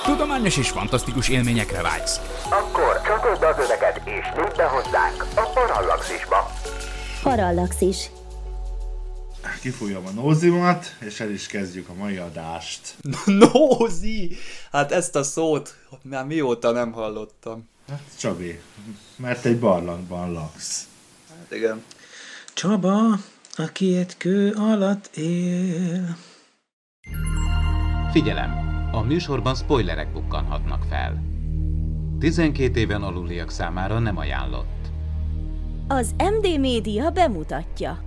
Tudományos és fantasztikus élményekre vágysz? Akkor csatold az öveket és nyújt be hozzánk a Parallaxisba. Parallaxis. Kifújom a nózimat, és el is kezdjük a mai adást. Nózi! Hát ezt a szót már mióta nem hallottam. Hát Csabi, mert egy barlangban laksz. Hát igen. Csaba, aki egy kő alatt él. Figyelem! A műsorban spoilerek bukkanhatnak fel. 12 éven aluliak számára nem ajánlott. Az MD Média bemutatja.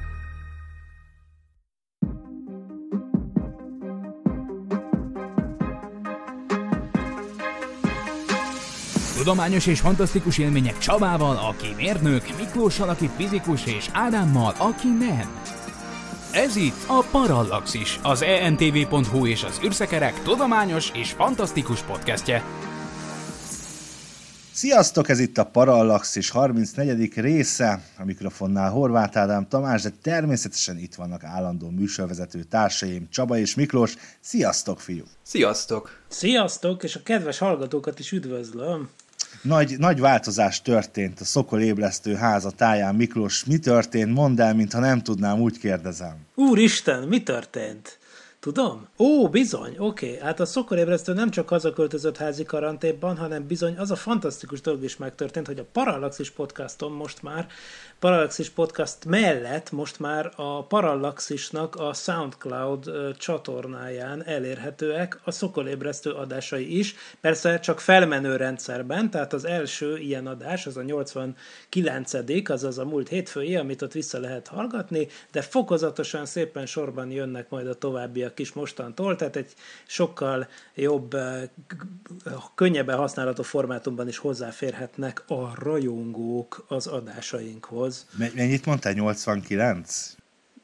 Tudományos és fantasztikus élmények Csabával, aki mérnök, Miklóssal, aki fizikus, és Ádámmal, aki nem. Ez itt a Parallaxis, az entv.hu és az űrszekerek tudományos és fantasztikus podcastje. Sziasztok, ez itt a Parallaxis 34. része, a mikrofonnál Horváth Ádám Tamás, de természetesen itt vannak állandó műsorvezető társaim Csaba és Miklós. Sziasztok, fiúk! Sziasztok! Sziasztok, és a kedves hallgatókat is üdvözlöm. Nagy változás történt a Szokol ébresztő háza táján. Miklós, mi történt? Mondd el, mintha nem tudnám, úgy kérdezem. Úristen, mi történt? Tudom? Ó, bizony, oké. Hát a Szokorébresztő nem csak hazaköltözött házi karanténban, hanem bizony az a fantasztikus dolog is megtörtént, hogy a Parallaxis podcaston most már, Parallaxis podcast mellett most már a Parallaxisnak a SoundCloud csatornáján elérhetőek a Szokolébresztő adásai is. Persze csak felmenő rendszerben, tehát az első ilyen adás, az a 89., azaz a múlt hétfői, amit ott vissza lehet hallgatni, de fokozatosan szépen sorban jönnek majd a továbbiak is mostantól, tehát egy sokkal jobb, könnyebben használható formátumban is hozzáférhetnek a rajongók az adásainkhoz. Mennyit mondtál? 89?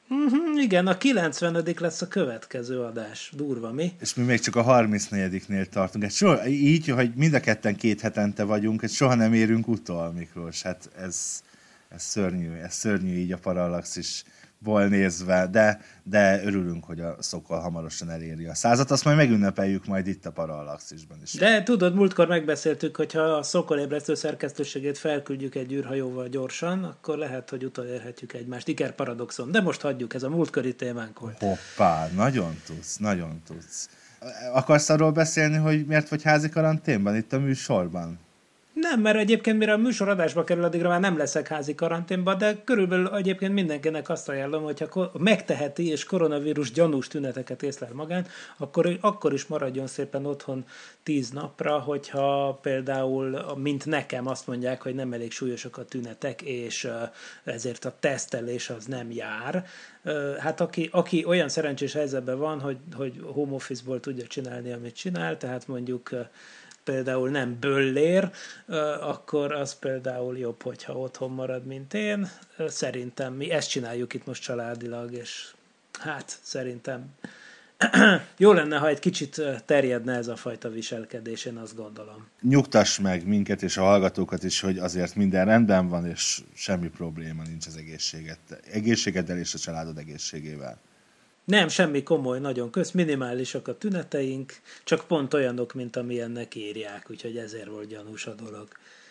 Igen, a 90. lesz a következő adás. Durva, mi? És mi még csak a 34-nél tartunk. Így, hogy mind a ketten 2 hetente vagyunk, és soha nem érünk utol, Miklós. Hát ez szörnyű így a Parallaxisból nézve, de örülünk, hogy a Szokol hamarosan eléri a 100-at, azt majd megünnepeljük majd itt a Parallaxisban is. De tudod, múltkor megbeszéltük, hogy ha a Szokol ébresztő szerkesztőségét felküldjük egy űrhajóval gyorsan, akkor lehet, hogy utolérhetjük egymást. Iker paradoxon. De most hagyjuk, ez a múltkori témánk volt. Hoppá, nagyon tudsz. Akarsz arról beszélni, hogy miért vagy házi karanténban itt a műsorban? Nem, mert egyébként mire a műsor adásba kerül, addigra már nem leszek házi karanténban, de körülbelül egyébként mindenkinek azt ajánlom, hogyha megteheti és koronavírus gyanús tüneteket észlel magán, akkor is maradjon szépen otthon 10 napra, hogyha például, mint nekem azt mondják, hogy nem elég súlyosak a tünetek, és ezért a tesztelés az nem jár. Hát aki olyan szerencsés helyzetben van, hogy home office-ból tudja csinálni, amit csinál, tehát mondjuk például nem böllér, akkor az például jobb, hogyha otthon marad, mint én. Szerintem mi ezt csináljuk itt most családilag, és hát szerintem jó lenne, ha egy kicsit terjedne ez a fajta viselkedés, én azt gondolom. Nyugtass meg minket és a hallgatókat is, hogy azért minden rendben van, és semmi probléma nincs az egészségeddel és a családod egészségével. Nem, semmi komoly, nagyon minimálisak a tüneteink, csak pont olyanok, mint amilyennek írják, úgyhogy ezért volt gyanús a dolog.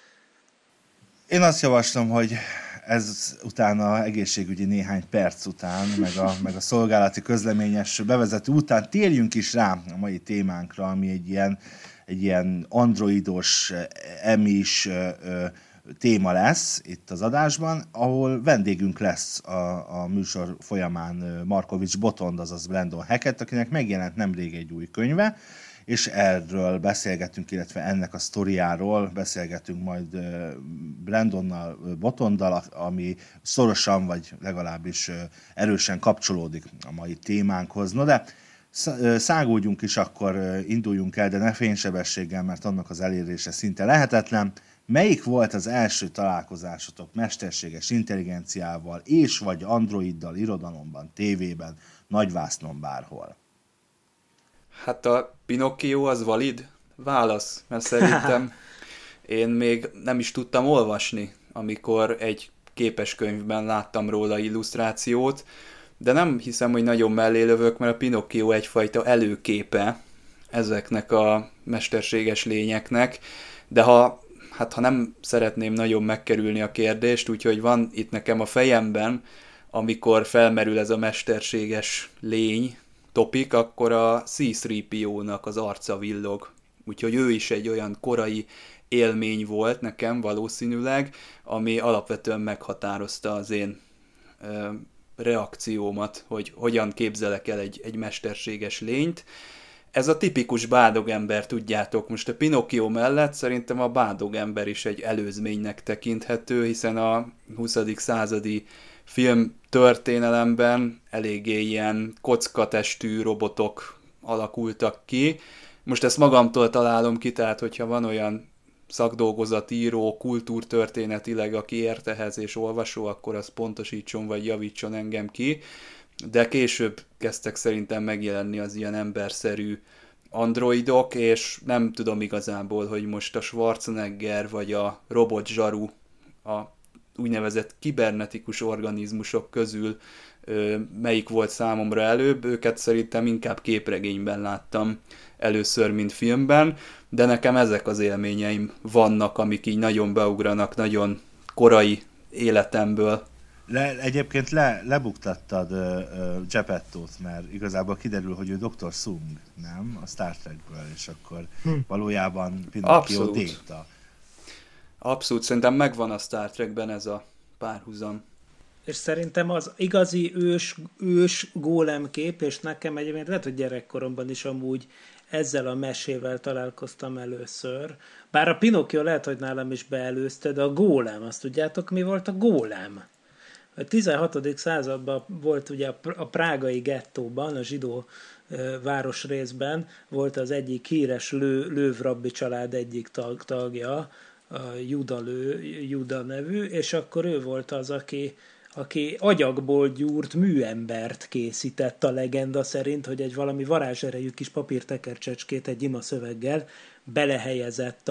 Én azt javaslom, hogy ez utána egészségügyi néhány perc után, meg a szolgálati közleményes bevezető után térjünk is rá a mai témánkra, ami egy ilyen androidos, emis téma lesz itt az adásban, ahol vendégünk lesz a műsor folyamán Markovics Botond, azaz Brandon Hackett, akinek megjelent nemrég egy új könyve, és erről beszélgetünk, illetve ennek a sztoriáról beszélgetünk majd Brandonnal, Botonddal, ami szorosan, vagy legalábbis erősen kapcsolódik a mai témánkhoz. No de száguljunk is, akkor induljunk el, de ne fénysebességgel, mert annak az elérése szinte lehetetlen. Melyik volt az első találkozásotok mesterséges intelligenciával és vagy androiddal irodalomban, tévében, nagyvásznon, bárhol? Hát a Pinocchio az valid válasz, mert szerintem én még nem is tudtam olvasni, amikor egy képeskönyvben láttam róla illusztrációt, de nem hiszem, hogy nagyon mellé lövök, mert a Pinocchio egyfajta előképe ezeknek a mesterséges lényeknek, de ha nem szeretném nagyon megkerülni a kérdést, úgyhogy van itt nekem a fejemben, amikor felmerül ez a mesterséges lény topik, akkor a C-3PO-nak az arca villog. Úgyhogy ő is egy olyan korai élmény volt nekem valószínűleg, ami alapvetően meghatározta az én reakciómat, hogy hogyan képzelek el egy mesterséges lényt. Ez a tipikus bádogember, tudjátok, most a Pinocchio mellett szerintem a bádogember is egy előzménynek tekinthető, hiszen a 20. századi film történelemben eléggé ilyen kockatestű robotok alakultak ki. Most ezt magamtól találom ki, tehát hogyha van olyan szakdolgozatíró, kultúrtörténetileg, aki ért ehhez és olvasó, akkor az pontosítson vagy javítson engem ki. De később kezdtek szerintem megjelenni az ilyen emberszerű androidok, és nem tudom igazából, hogy most a Schwarzenegger vagy a robot zsaru, a úgynevezett kibernetikus organizmusok közül melyik volt számomra előbb. Őket szerintem inkább képregényben láttam először, mint filmben, de nekem ezek az élményeim vannak, amik így nagyon beugranak, nagyon korai életemből. Egyébként lebuktattad Geppettót, mert igazából kiderül, hogy ő Dr. Sung, nem? A Star Trekből, és akkor valójában Pinocchio Data. Abszolút, szerintem megvan a Star Trekben ez a párhuzam. És szerintem az igazi ős gólem kép, és nekem egyébként lehet, hogy gyerekkoromban is amúgy ezzel a mesével találkoztam először. Bár a Pinocchio lehet, hogy nálam is beelőzte, de a gólem, azt tudjátok, mi volt a gólem? A 16. században volt ugye a prágai gettóban, a zsidó városrészben volt az egyik híres Löw rabbi család egyik tagja, a Juda nevű, és akkor ő volt az, aki agyagból gyúrt műembert készített a legenda szerint, hogy egy valami varázserejű kis papírtekercsecskét egy ima szöveggel belehelyezett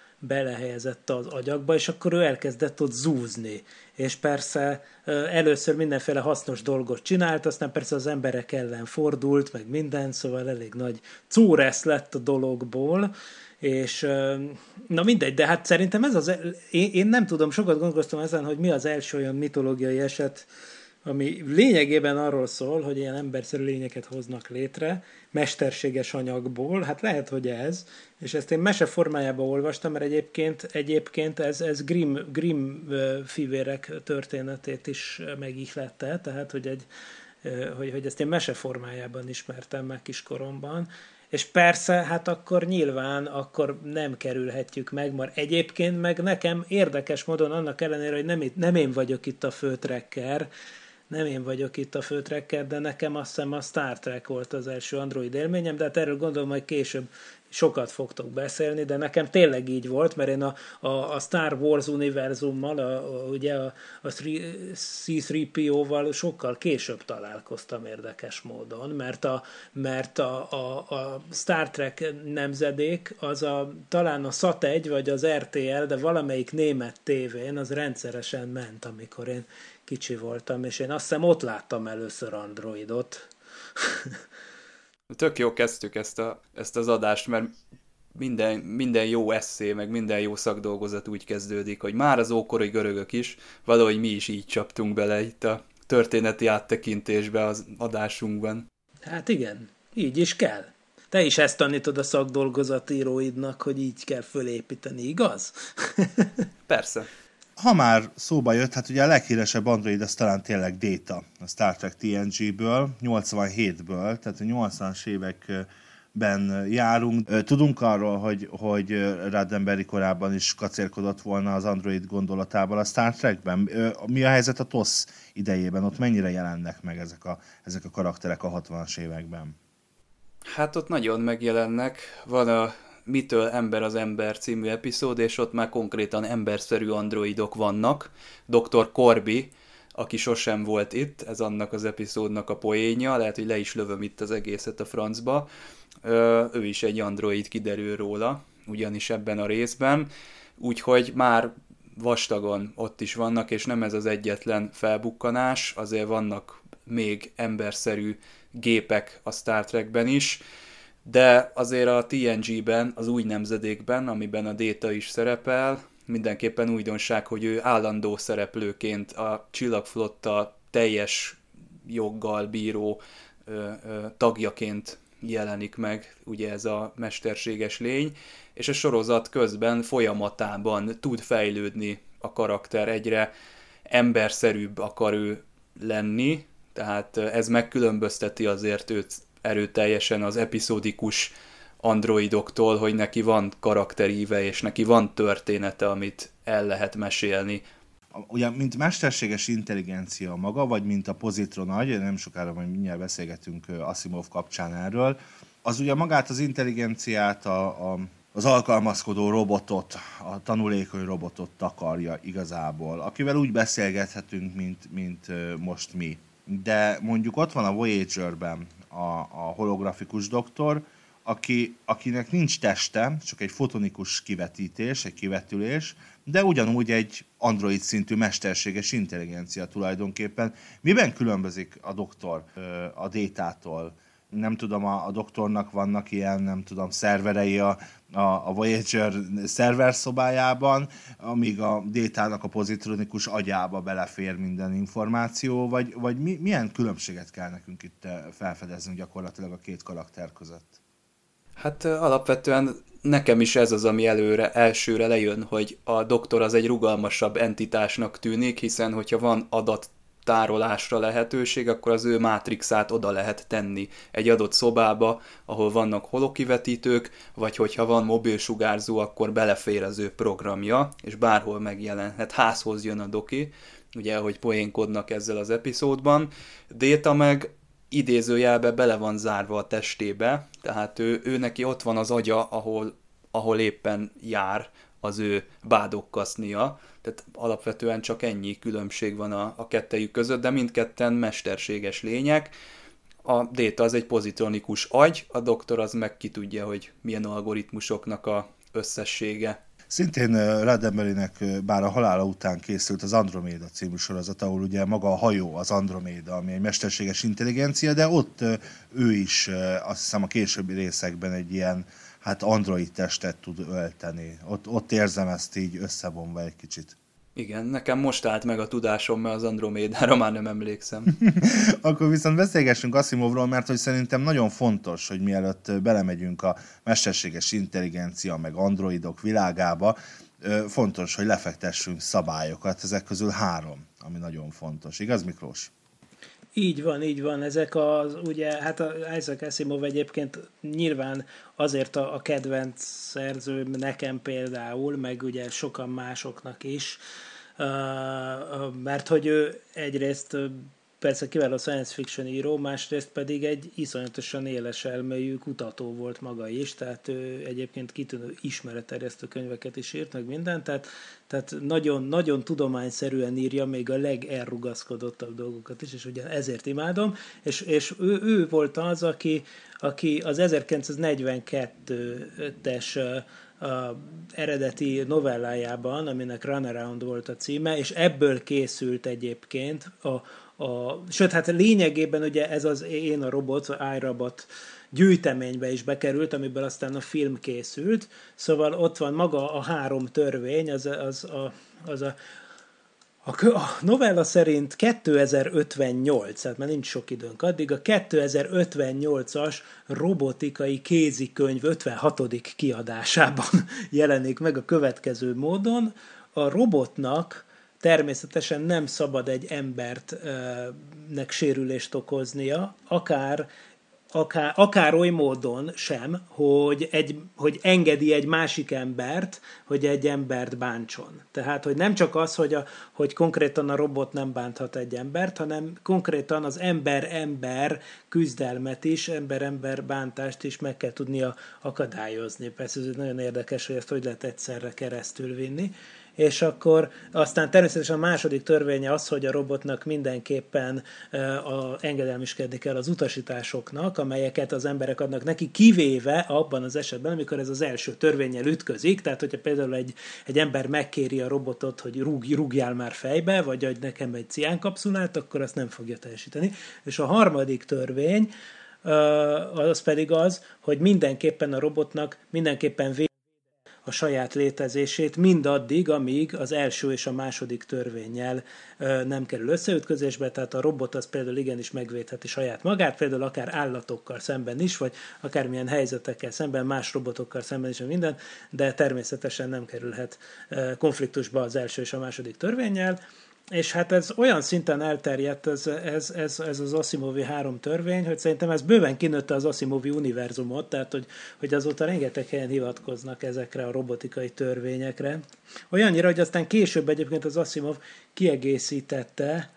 az agyagba, és akkor ő elkezdett ott zúzni. És persze először mindenféle hasznos dolgot csinált, aztán persze az emberek ellen fordult, meg minden, szóval elég nagy córesz lett a dologból, és na mindegy, de hát szerintem ez az, én nem tudom, sokat gondolkoztam ezen, hogy mi az első olyan mitológiai eset, ami lényegében arról szól, hogy ilyen emberszerű lényeket hoznak létre, mesterséges anyagból, hát lehet, hogy ez, és ezt én mese formájában olvastam, mert egyébként ez Grimm fivérek történetét is megihlette, tehát hogy ezt én mese formájában ismertem meg kiskoromban, és persze, hát akkor nyilván akkor nem kerülhetjük meg, mert egyébként meg nekem érdekes módon annak ellenére, hogy nem én vagyok itt a főtrekker, de nekem azt hiszem a Star Trek volt az első Android élményem, de hát erről gondolom, hogy később sokat fogtok beszélni, de nekem tényleg így volt, mert én a Star Wars univerzummal, ugye a C-3PO-val sokkal később találkoztam érdekes módon, mert a Star Trek nemzedék az talán a Sat1 vagy az RTL, de valamelyik német tévén az rendszeresen ment, amikor én kicsi voltam, és én azt hiszem ott láttam először Androidot. Tök jó kezdtük ezt az adást, mert minden jó esszé, meg minden jó szakdolgozat úgy kezdődik, hogy már az ókori görögök is, valahogy mi is így csaptunk bele itt a történeti áttekintésbe az adásunkban. Hát igen, így is kell. Te is ezt tanítod a szakdolgozatíróidnak, hogy így kell fölépíteni, igaz? Persze. Ha már szóba jött, hát ugye a leghíresebb Android az talán tényleg Data, a Star Trek TNG-ből, 87-ből, tehát a 80-as években járunk. Tudunk arról, hogy Roddenberry korábban is kacérkodott volna az Android gondolatával a Star Trekben. Mi a helyzet a TOS idejében? Ott mennyire jelennek meg ezek a karakterek a 60-as években? Hát ott nagyon megjelennek. Van a Mitől ember az ember című epizód, és ott már konkrétan emberszerű androidok vannak. Dr. Corby, aki sosem volt itt, ez annak az epizódnak a poénja, lehet, hogy le is lövöm itt az egészet a francba. Ő is egy android, kiderül róla, ugyanis ebben a részben. Úgyhogy már vastagon ott is vannak, és nem ez az egyetlen felbukkanás, azért vannak még emberszerű gépek a Star Trekben is, De azért a TNG-ben, az új nemzedékben, amiben a Data is szerepel, mindenképpen újdonság, hogy ő állandó szereplőként a Csillagflotta teljes joggal bíró tagjaként jelenik meg, ugye ez a mesterséges lény, és a sorozat közben folyamatában tud fejlődni a karakter, egyre emberszerűbb akar ő lenni, tehát ez megkülönbözteti azért őt erőteljesen az epizódikus androidoktól, hogy neki van karakteríve, és neki van története, amit el lehet mesélni. Ugye, mint mesterséges intelligencia maga, vagy mint a pozitron agy, nem sokára majd mindjárt beszélgetünk Asimov kapcsán erről, az ugye magát az intelligenciát, az alkalmazkodó robotot, a tanulékony robotot takarja igazából, akivel úgy beszélgethetünk, mint most mi. De mondjuk ott van a Voyager-ben a holografikus doktor, akinek nincs teste, csak egy fotonikus kivetítés, egy kivetülés, de ugyanúgy egy android szintű mesterséges intelligencia tulajdonképpen. Miben különbözik a doktor a Data-tól? Nem tudom, a doktornak vannak ilyen, nem tudom, szerverei a Voyager szerverszobájában, amíg a Data-nak a pozitronikus agyába belefér minden információ, vagy milyen különbséget kell nekünk itt felfedeznünk gyakorlatilag a két karakter között? Hát alapvetően nekem is ez az, ami elsőre lejön, hogy a doktor az egy rugalmasabb entitásnak tűnik, hiszen hogyha van adattárolásra lehetőség, akkor az ő mátrixát oda lehet tenni egy adott szobába, ahol vannak holokivetítők, vagy hogyha van mobilsugárzó, akkor belefér az ő programja, és bárhol megjelenhet, házhoz jön a doki, ugye, ahogy poénkodnak ezzel az epizódban. Data meg idézőjelbe bele van zárva a testébe, tehát ő neki ott van az agya, ahol éppen jár az ő bádokkasznia, tehát alapvetően csak ennyi különbség van a kettejük között, de mindketten mesterséges lények. A Data az egy pozitronikus agy, a doktor az meg ki tudja, hogy milyen algoritmusoknak a összessége. Szintén Roddenberrynek bár a halála után készült az Andromeda című sorozat, ahol ugye maga a hajó az Andromeda, ami egy mesterséges intelligencia, de ott ő is azt hiszem a későbbi részekben egy ilyen android testet tud ölteni. Ott érzem ezt így összevonva egy kicsit. Igen, nekem most állt meg a tudásom, mert az Andromédára már nem emlékszem. Akkor viszont beszélgessünk Asimovról, mert hogy szerintem nagyon fontos, hogy mielőtt belemegyünk a mesterséges intelligencia meg androidok világába, fontos, hogy lefektessünk szabályokat, ezek közül 3, ami nagyon fontos. Igaz, Miklós? Így van, ezek ugye, hát Isaac Asimov egyébként nyilván azért a kedvenc szerzőm nekem például, meg ugye sokan másoknak is, mert hogy ő egyrészt persze kiváló science fiction író, másrészt pedig egy iszonyatosan éles elmélyű kutató volt maga is, tehát ő egyébként kitűnő ismeretterjesztő könyveket is írt, meg mindent, tehát nagyon, nagyon tudományszerűen írja még a legelrugaszkodottabb dolgokat is, és ugye ezért imádom, és ő volt az, aki az 1942-es eredeti novellájában, aminek Runaround volt a címe, és ebből készült egyébként sőt, hát lényegében ugye ez az Én a robot, vagy iRobot gyűjteménybe is bekerült, amiből aztán a film készült, szóval ott van maga a 3 törvény, a novella szerint 2058, tehát már nincs sok időnk addig, a 2058-as robotikai kézikönyv 56. kiadásában jelenik meg a következő módon. A robotnak természetesen nem szabad egy embernek sérülést okoznia, akár oly módon sem, hogy engedi egy másik embert, hogy egy embert bántson. Tehát, hogy nem csak az, hogy konkrétan a robot nem bánthat egy embert, hanem konkrétan az ember-ember küzdelmet is, ember-ember bántást is meg kell tudnia akadályozni. Persze ez nagyon érdekes, hogy ezt hogy lehet egyszerre keresztül vinni. És akkor aztán természetesen a második törvénye az, hogy a robotnak mindenképpen engedelmeskedni kell az utasításoknak, amelyeket az emberek adnak neki, kivéve abban az esetben, amikor ez az első törvénnyel ütközik, tehát hogyha például egy ember megkéri a robotot, hogy rúgjál már fejbe, vagy adj nekem egy ciánkapszulát, akkor azt nem fogja teljesíteni. És a harmadik törvény az pedig az, hogy mindenképpen a robotnak mindenképpen a saját létezését mindaddig, amíg az első és a második törvénnyel nem kerül összeütközésbe, tehát a robot az például igenis megvédheti saját magát, például akár állatokkal szemben is, vagy akármilyen helyzetekkel szemben, más robotokkal szemben is, minden, de természetesen nem kerülhet konfliktusba az első és a második törvénnyel. És hát ez olyan szinten elterjedt ez az Asimovi 3 törvény, hogy szerintem ez bőven kinőtte az Asimovi univerzumot, tehát hogy azóta rengeteg helyen hivatkoznak ezekre a robotikai törvényekre. Olyannyira, hogy aztán később egyébként az Asimov kiegészítette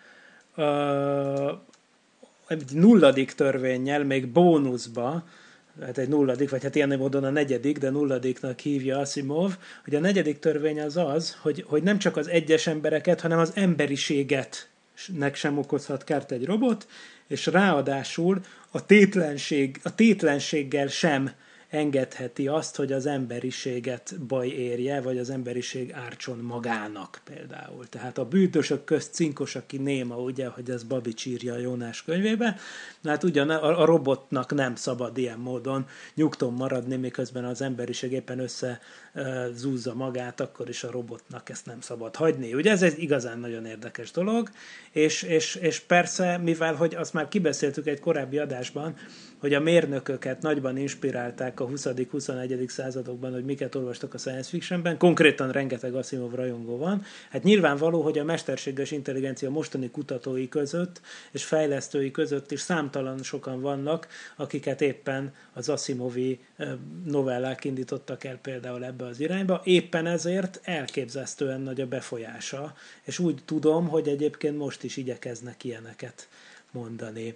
egy 0. törvénnyel, még bónuszba, hát egy 0., vagy hát ilyen módon a 4., de 0. hívja Asimov, hogy a 4. törvény az, hogy nem csak az egyes embereket, hanem az emberiségetnek sem okozhat kárt egy robot, és ráadásul a tétlenséggel sem engedheti azt, hogy az emberiséget baj érje, vagy az emberiség ártson magának például. Tehát a bűtösök közt cinkos, aki néma, ugye, hogy ez Babics írja a Jónás könyvébe, hát ugyan a robotnak nem szabad ilyen módon nyugton maradni, miközben az emberiség éppen összezúzza magát, akkor is a robotnak ezt nem szabad hagyni. Ugye ez egy igazán nagyon érdekes dolog, és persze, mivel, hogy azt már kibeszéltük egy korábbi adásban, hogy a mérnököket nagyban inspirálták a 20.-21. századokban, hogy miket olvastak a science fictionben, konkrétan rengeteg Asimov rajongó van. Hát nyilvánvaló, hogy a mesterséges intelligencia mostani kutatói között és fejlesztői között is számtalan sokan vannak, akiket éppen az Asimovi novellák indítottak el például ebbe az irányba. Éppen ezért elképesztően nagy a befolyása, és úgy tudom, hogy egyébként most is igyekeznek ilyeneket mondani.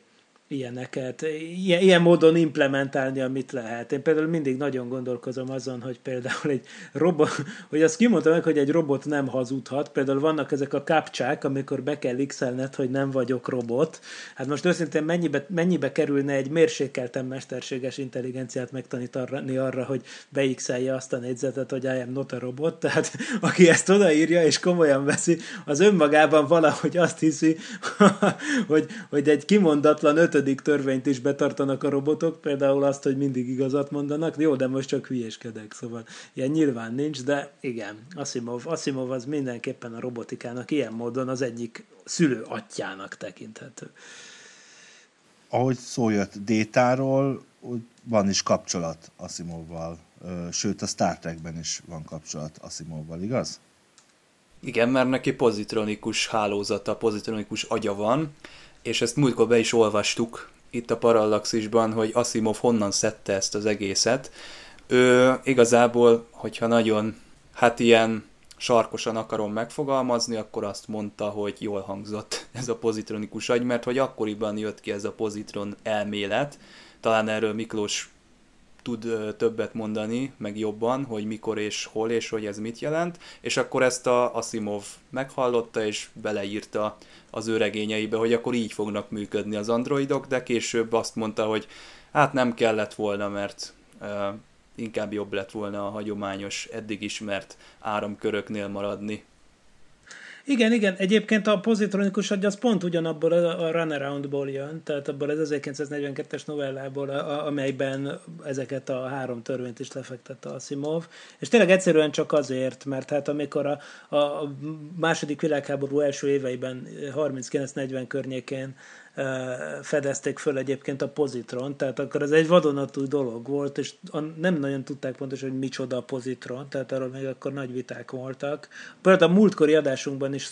Ilyen módon implementálni, amit lehet. Én például mindig nagyon gondolkozom azon, hogy például egy robot, hogy azt kimondta meg, hogy egy robot nem hazudhat. Például vannak ezek a kapcsák, amikor be kell x-elned, hogy nem vagyok robot. Hát most őszintén mennyibe kerülne egy mérsékelten mesterséges intelligenciát megtanítani arra, hogy be-x-elje azt a négyzetet, hogy I am not a robot. Tehát aki ezt odaírja és komolyan veszi, az önmagában valahogy azt hiszi, hogy egy kimondatlan 5. törvényt is betartanak a robotok, például azt, hogy mindig igazat mondanak. Jó, de most csak hülyéskedek, szóval ilyen nyilván nincs, de igen, Asimov az mindenképpen a robotikának ilyen módon az egyik szülő atyjának tekinthető. Ahogy szó jött Détáról, van is kapcsolat Asimovval, sőt a Star Trekben is van kapcsolat Asimovval, igaz? Igen, mert neki pozitronikus hálózata, pozitronikus agya van, és ezt múltkor be is olvastuk itt a Parallaxisban, hogy Asimov honnan szedte ezt az egészet. Ő igazából, hogyha nagyon, hát ilyen sarkosan akarom megfogalmazni, akkor azt mondta, hogy jól hangzott ez a pozitronikus agy, mert hogy akkoriban jött ki ez a pozitron elmélet. Talán erről Miklós tud többet mondani, meg jobban, hogy mikor és hol, és hogy ez mit jelent, és akkor ezt a Asimov meghallotta, és beleírta az ő regényeibe, hogy akkor így fognak működni az androidok, de később azt mondta, hogy hát nem kellett volna, mert inkább jobb lett volna a hagyományos, eddig ismert áramköröknél maradni. Igen, egyébként a pozitronikus agy az pont ugyanabból a Runaroundból jön, tehát abból az 1942-es novellából, amelyben ezeket a 3 törvényt is lefektette Asimov, és tényleg egyszerűen csak azért, mert hát amikor a második világháború első éveiben, 39-40 környékén fedezték föl egyébként a pozitron, tehát akkor ez egy vadonatúj dolog volt, és nem nagyon tudták pontosan, hogy micsoda a pozitron, tehát arról még akkor nagy viták voltak. Például a múltkori adásunkban is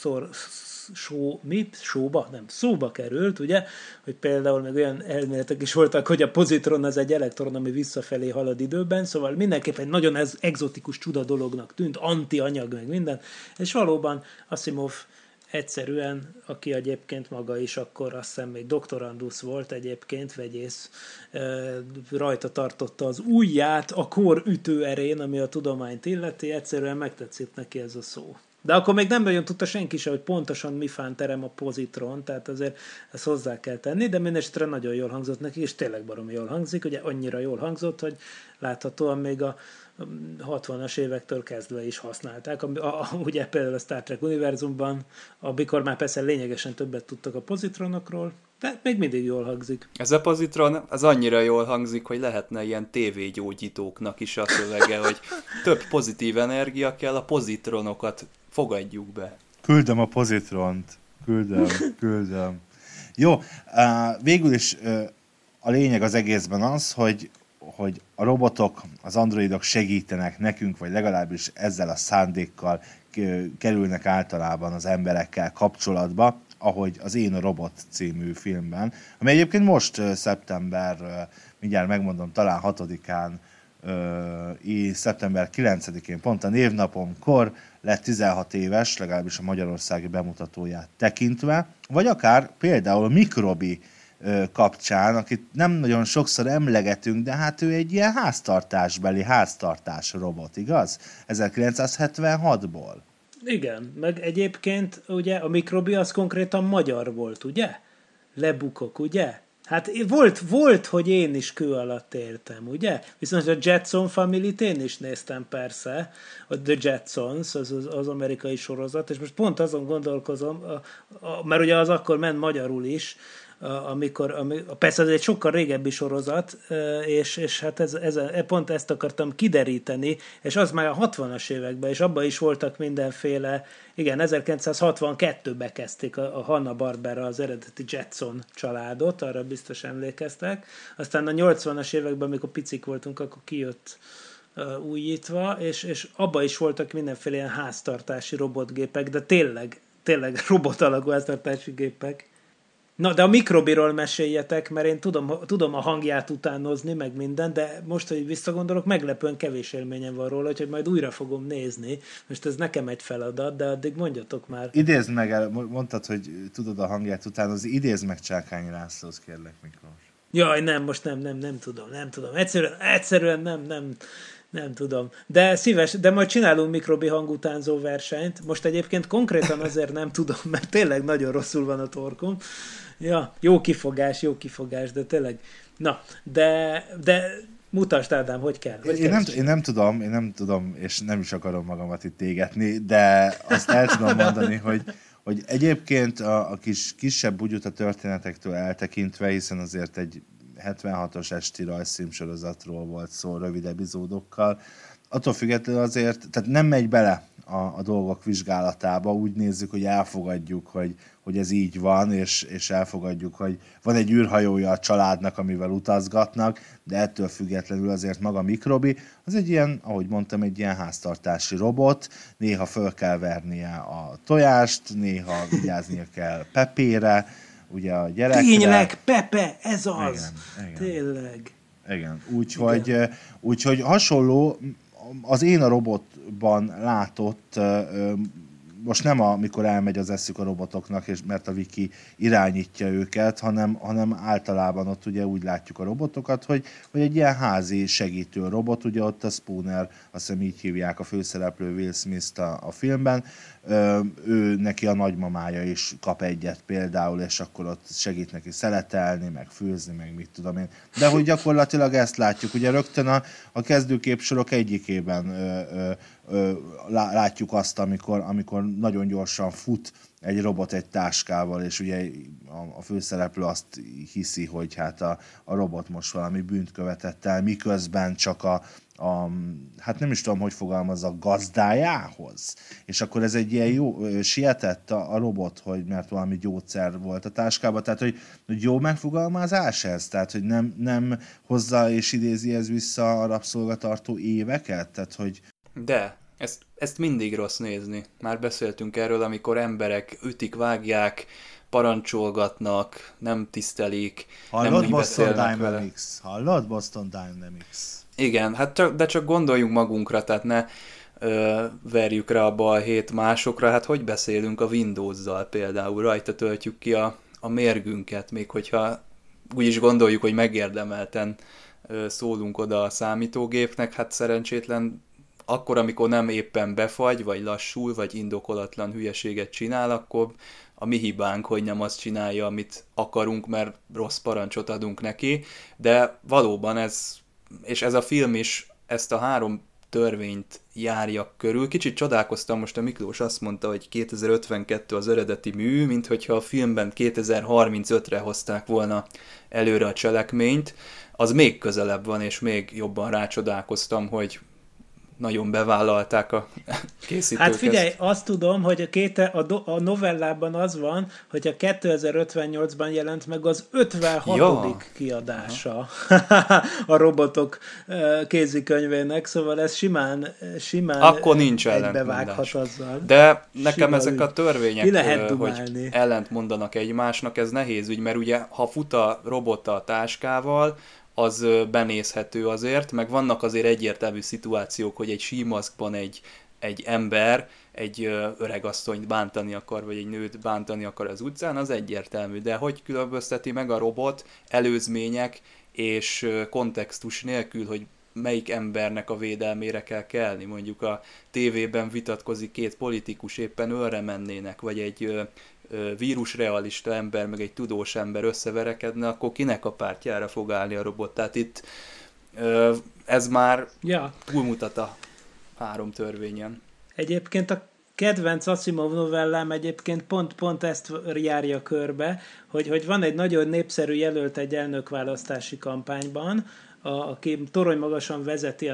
szóba került, ugye, hogy például még olyan elméletek is voltak, hogy a pozitron az egy elektron, ami visszafelé halad időben, szóval mindenképpen nagyon egzotikus csuda dolognak tűnt, anti-anyag meg minden, és valóban Asimov egyszerűen, aki egyébként maga is akkor azt hiszem még doktorandusz volt egyébként, vegyész, rajta tartotta az ujját a kor ütőerén, ami a tudományt illeti, egyszerűen megtetszett neki ez a szó. De akkor még nem nagyon tudta senki se, hogy pontosan mi fán terem a pozitron, tehát azért ezt hozzá kell tenni, de mindesetre nagyon jól hangzott neki, és tényleg baromi jól hangzik, ugye annyira jól hangzott, hogy láthatóan még a 60-as évektől kezdve is használták. Ugye például a Star Trek univerzumban, amikor már persze lényegesen többet tudtak a pozitronokról, Tehát még mindig jól hangzik. Ez a pozitron, az annyira jól hangzik, hogy lehetne ilyen tévégyógyítóknak is a szövege, hogy több pozitív energia kell, a pozitronokat fogadjuk be. Küldöm a pozitront. Küldöm. Jó, végül is a lényeg az egészben az, hogy a robotok, az androidok segítenek nekünk, vagy legalábbis ezzel a szándékkal kerülnek általában az emberekkel kapcsolatba, ahogy az Én a Robot című filmben, ami egyébként most szeptember, mindjárt megmondom, talán 6-án, szeptember 9-én, pont a névnapomkor lett 16 éves, legalábbis a magyarországi bemutatóját tekintve, vagy akár például Mikrobi kapcsán, akit nem nagyon sokszor emlegetünk, de hát ő egy ilyen háztartás robot, igaz? 1976-ból. Igen, meg egyébként ugye a Mikrobi az konkrétan magyar volt, ugye? Lebukok, ugye? Hát volt, hogy én is kő alatt éltem, ugye? Viszont a Jetson Family-t én is néztem persze, a The Jetsons, az amerikai sorozat, és most pont azon gondolkozom, mert ugye az akkor ment magyarul is, persze ez egy sokkal régebbi sorozat, és hát pont ezt akartam kideríteni, és az már a 60-as években, és abban is voltak mindenféle, igen, 1962-ben kezdték a Hanna-Barbera az eredeti Jetson családot, arra biztos emlékeztek, aztán a 80-as években, amikor picik voltunk, akkor kijött újítva, és abban is voltak mindenféle ilyen háztartási robotgépek, de tényleg robot alakú háztartási gépek. Na, de a Mikrobiról meséljetek, mert én tudom a hangját utánozni, meg minden, de most, hogy visszagondolok, meglepően kevés élményem van róla, hogy majd újra fogom nézni. Most ez nekem egy feladat, de addig mondjatok már. Idézd meg, mondtad, hogy tudod a hangját utánozni, idézd meg Csákányi Lászlót, kérlek, Miklós. Jaj, most nem tudom. Egyszerűen nem tudom. De szíves, de majd csinálunk Mikrobi hangutánzó versenyt. Most egyébként konkrétan azért nem tudom, mert tényleg nagyon rosszul van a torkom. Ja, jó kifogás, de tényleg. Na, de mutasd, Ádám, hogy kell. Én nem tudom, és nem is akarom magamat itt égetni, de azt el tudom mondani, hogy egyébként a kisebb bugyuta történetektől eltekintve, hiszen azért egy 76-os esti rajzfilmsorozatról volt szó rövid epizódokkal, attól függetlenül azért, tehát nem megy bele a dolgok vizsgálatába, úgy nézzük, hogy elfogadjuk, hogy ez így van, és elfogadjuk, hogy van egy űrhajója a családnak, amivel utazgatnak, de ettől függetlenül azért maga Mikrobi, az egy ilyen, ahogy mondtam, egy ilyen háztartási robot, néha föl kell vernie a tojást, néha vigyáznia kell Pepére, ugye a gyerekre. Tényleg, Pepe, ez az! Igen. Tényleg. Igen, úgyhogy hasonló az Én a Robotban látott, most nem amikor elmegy az eszük a robotoknak, mert a wiki irányítja őket, hanem általában ott ugye úgy látjuk a robotokat, hogy egy ilyen házi segítő robot, ugye ott a Spooner, azt hiszem így hívják a főszereplő Will Smith-t a filmben, ő neki a nagymamája is kap egyet például, és akkor ott segít neki szeletelni, meg főzni, meg mit tudom én. De hogy gyakorlatilag ezt látjuk, ugye rögtön a kezdőképsorok egyikében látjuk azt, amikor nagyon gyorsan fut egy robot egy táskával, és ugye a főszereplő azt hiszi, hogy hát a robot most valami bűnt követett el, miközben csak hát nem is tudom, hogy fogalmazza, gazdájához. És akkor ez egy ilyen jó, sietett a robot, hogy mert valami gyógyszer volt a táskában, tehát hogy jó megfogalmazás ez? Tehát, hogy nem hozza és idézi ez vissza a rabszolgatartó éveket? Tehát, hogy... De, ezt mindig rossz nézni. Már beszéltünk erről, amikor emberek ütik, vágják, parancsolgatnak, nem tisztelik, nem úgy beszélnek vele. Hallod, Boston Dynamics? Igen, hát de csak gondoljunk magunkra, tehát ne verjük rá a balhét másokra, hát hogy beszélünk a Windows-zal például, rajta töltjük ki a mérgünket, még hogyha úgy is gondoljuk, hogy megérdemelten szólunk oda a számítógépnek, hát szerencsétlen akkor, amikor nem éppen befagy, vagy lassul, vagy indokolatlan hülyeséget csinál, akkor a mi hibánk, hogy nem azt csinálja, amit akarunk, mert rossz parancsot adunk neki, de valóban ez a film is ezt a 3 törvényt járjak körül. Kicsit csodálkoztam, most a Miklós azt mondta, hogy 2052 az eredeti mű, mint hogyha a filmben 2035-re hozták volna előre a cselekményt. Az még közelebb van, és még jobban rácsodálkoztam, hogy nagyon bevállalták a készítők. Hát figyelj, azt tudom, hogy a novellában az van, hogy a 2058-ban jelent meg az 56. kiadása a robotok kézikönyvének, szóval ez simán akkor nincs ellentmondás. azzal. De nekem ezek a törvények, hogy ellent mondanak egymásnak, ez nehéz ügy, mert ugye ha fut a robot a táskával, az benézhető azért, meg vannak azért egyértelmű szituációk, hogy egy símaszkban egy ember egy öregasszonyt bántani akar, vagy egy nőt bántani akar az utcán, az egyértelmű. De hogy különbözteti meg a robot előzmények és kontextus nélkül, hogy melyik embernek a védelmére kell kelni? Mondjuk a tévében vitatkozik két politikus, éppen ölre mennének, vagy egy vírusrealista ember, meg egy tudós ember összeverekedne, akkor kinek a pártjára fog állni a robot? Tehát itt ez már túlmutat a 3 törvényen. Egyébként a kedvenc Asimov novellám egyébként pont ezt járja körbe, hogy van egy nagyon népszerű jelölt egy elnökválasztási kampányban, aki torony magasan vezeti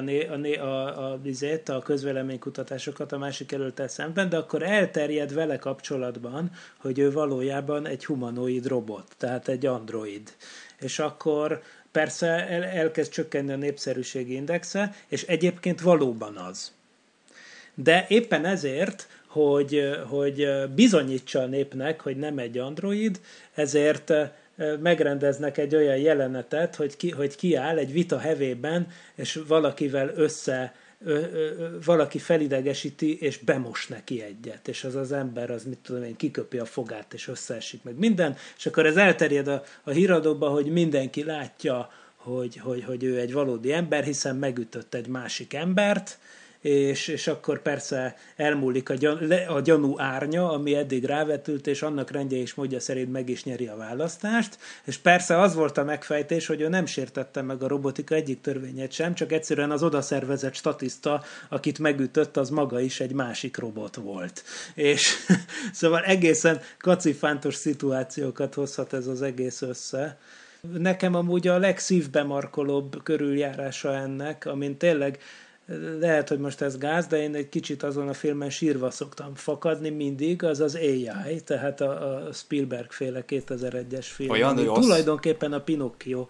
a közvéleménykutatásokat a másik jelölttel szemben, de akkor elterjed vele kapcsolatban, hogy ő valójában egy humanoid robot, tehát egy android. És akkor persze elkezd csökkenni a népszerűségi indexe, és egyébként valóban az. De éppen ezért, hogy bizonyítsa a népnek, hogy nem egy android, ezért megrendeznek egy olyan jelenetet, hogy kiáll egy vita hevében, és valakivel valaki felidegesíti, és bemos neki egyet, és az ember, az mit tudom én, kiköpi a fogát, és összeesik meg minden, és akkor ez elterjed a híradóba, hogy mindenki látja, hogy ő egy valódi ember, hiszen megütött egy másik embert, és akkor persze elmúlik a gyanú árnya, ami eddig rávetült, és annak rendje és módja szerint meg is nyeri a választást, és persze az volt a megfejtés, hogy ő nem sértette meg a robotika egyik törvényét sem, csak egyszerűen az odaszervezett statiszta, akit megütött, az maga is egy másik robot volt. És szóval egészen kacifántos szituációkat hozhat ez az egész össze. Nekem amúgy a legszívbe markolóbb körüljárása ennek, amin tényleg lehet, hogy most ez gáz, de én egy kicsit azon a filmen sírva szoktam fakadni mindig, az az AI, tehát a Spielberg-féle 2001-es film. Olyan rossz? Tulajdonképpen a Pinocchio.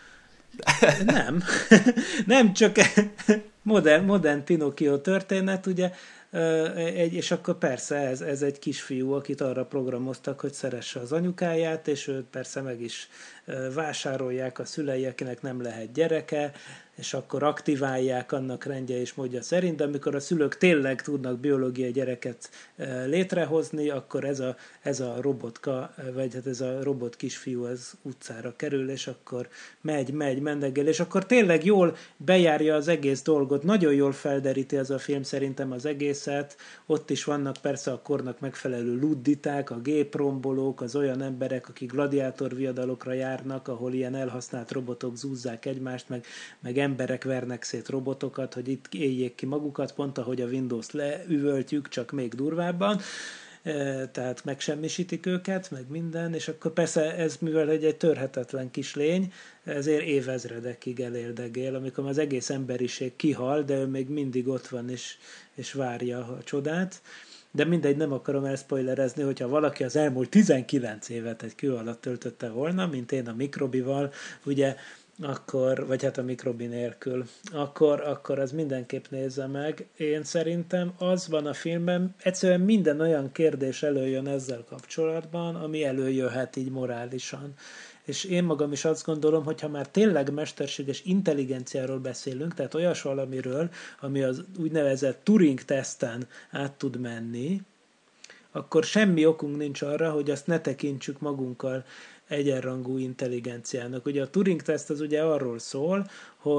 Nem, csak modern Pinocchio történet, ugye, és akkor persze ez egy kisfiú, akit arra programoztak, hogy szeresse az anyukáját, és őt persze meg is vásárolják a szülei, akinek nem lehet gyereke, és akkor aktiválják annak rendje és módja szerint, de amikor a szülők tényleg tudnak biológiai gyereket létrehozni, akkor ez a robotka, vagy hát ez a robot kisfiú az utcára kerül, és akkor mendegel, és akkor tényleg jól bejárja az egész dolgot, nagyon jól felderíti ez a film szerintem az egészet, ott is vannak persze a kornak megfelelő ludditák, a géprombolók, az olyan emberek, akik gladiátorviadalokra járnak, ahol ilyen elhasznált robotok zúzzák egymást, meg emberek vernek szét robotokat, hogy itt éljék ki magukat, pont ahogy a Windows-t leüvöltjük, csak még durvábban, tehát megsemmisítik őket, meg minden, és akkor persze ez, mivel egy törhetetlen kis lény, ezért évezredekig elérdegél, amikor az egész emberiség kihal, de ő még mindig ott van, és várja a csodát. De mindegy, nem akarom elspoilerezni, hogyha valaki az elmúlt 19 évet egy kő alatt töltötte volna, mint én a Mikrobival, ugye, vagy hát a Mikrobi nélkül, akkor az mindenképp nézze meg. Én szerintem az van a filmben, egyszerűen minden olyan kérdés előjön ezzel kapcsolatban, ami előjöhet így morálisan. És én magam is azt gondolom, hogy ha már tényleg mesterséges intelligenciáról beszélünk, tehát olyas valamiről, ami az úgynevezett Turing-teszten át tud menni, akkor semmi okunk nincs arra, hogy azt ne tekintsük magunkkal intelligenciának. Ugye a Turing-teszt az ugye arról szól,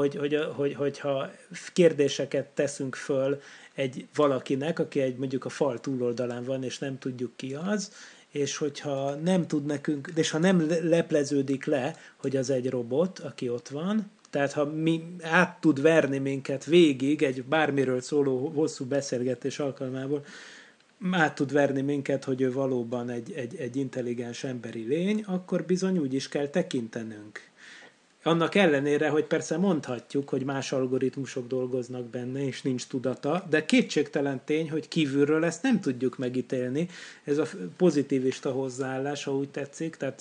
hogyha kérdéseket teszünk föl egy valakinek, aki mondjuk a fal túloldalán van, és nem tudjuk ki az, és hogyha nem tud nekünk, és ha nem lepleződik le, hogy az egy robot, aki ott van, Tehát ha át tud verni minket végig egy bármiről szóló hosszú beszélgetés alkalmából, át tud verni minket, hogy ő valóban egy intelligens emberi lény, akkor bizony úgy is kell tekintenünk. Annak ellenére, hogy persze mondhatjuk, hogy más algoritmusok dolgoznak benne, és nincs tudata, de kétségtelen tény, hogy kívülről ezt nem tudjuk megítélni. Ez a pozitivista hozzáállás, ha úgy tetszik, tehát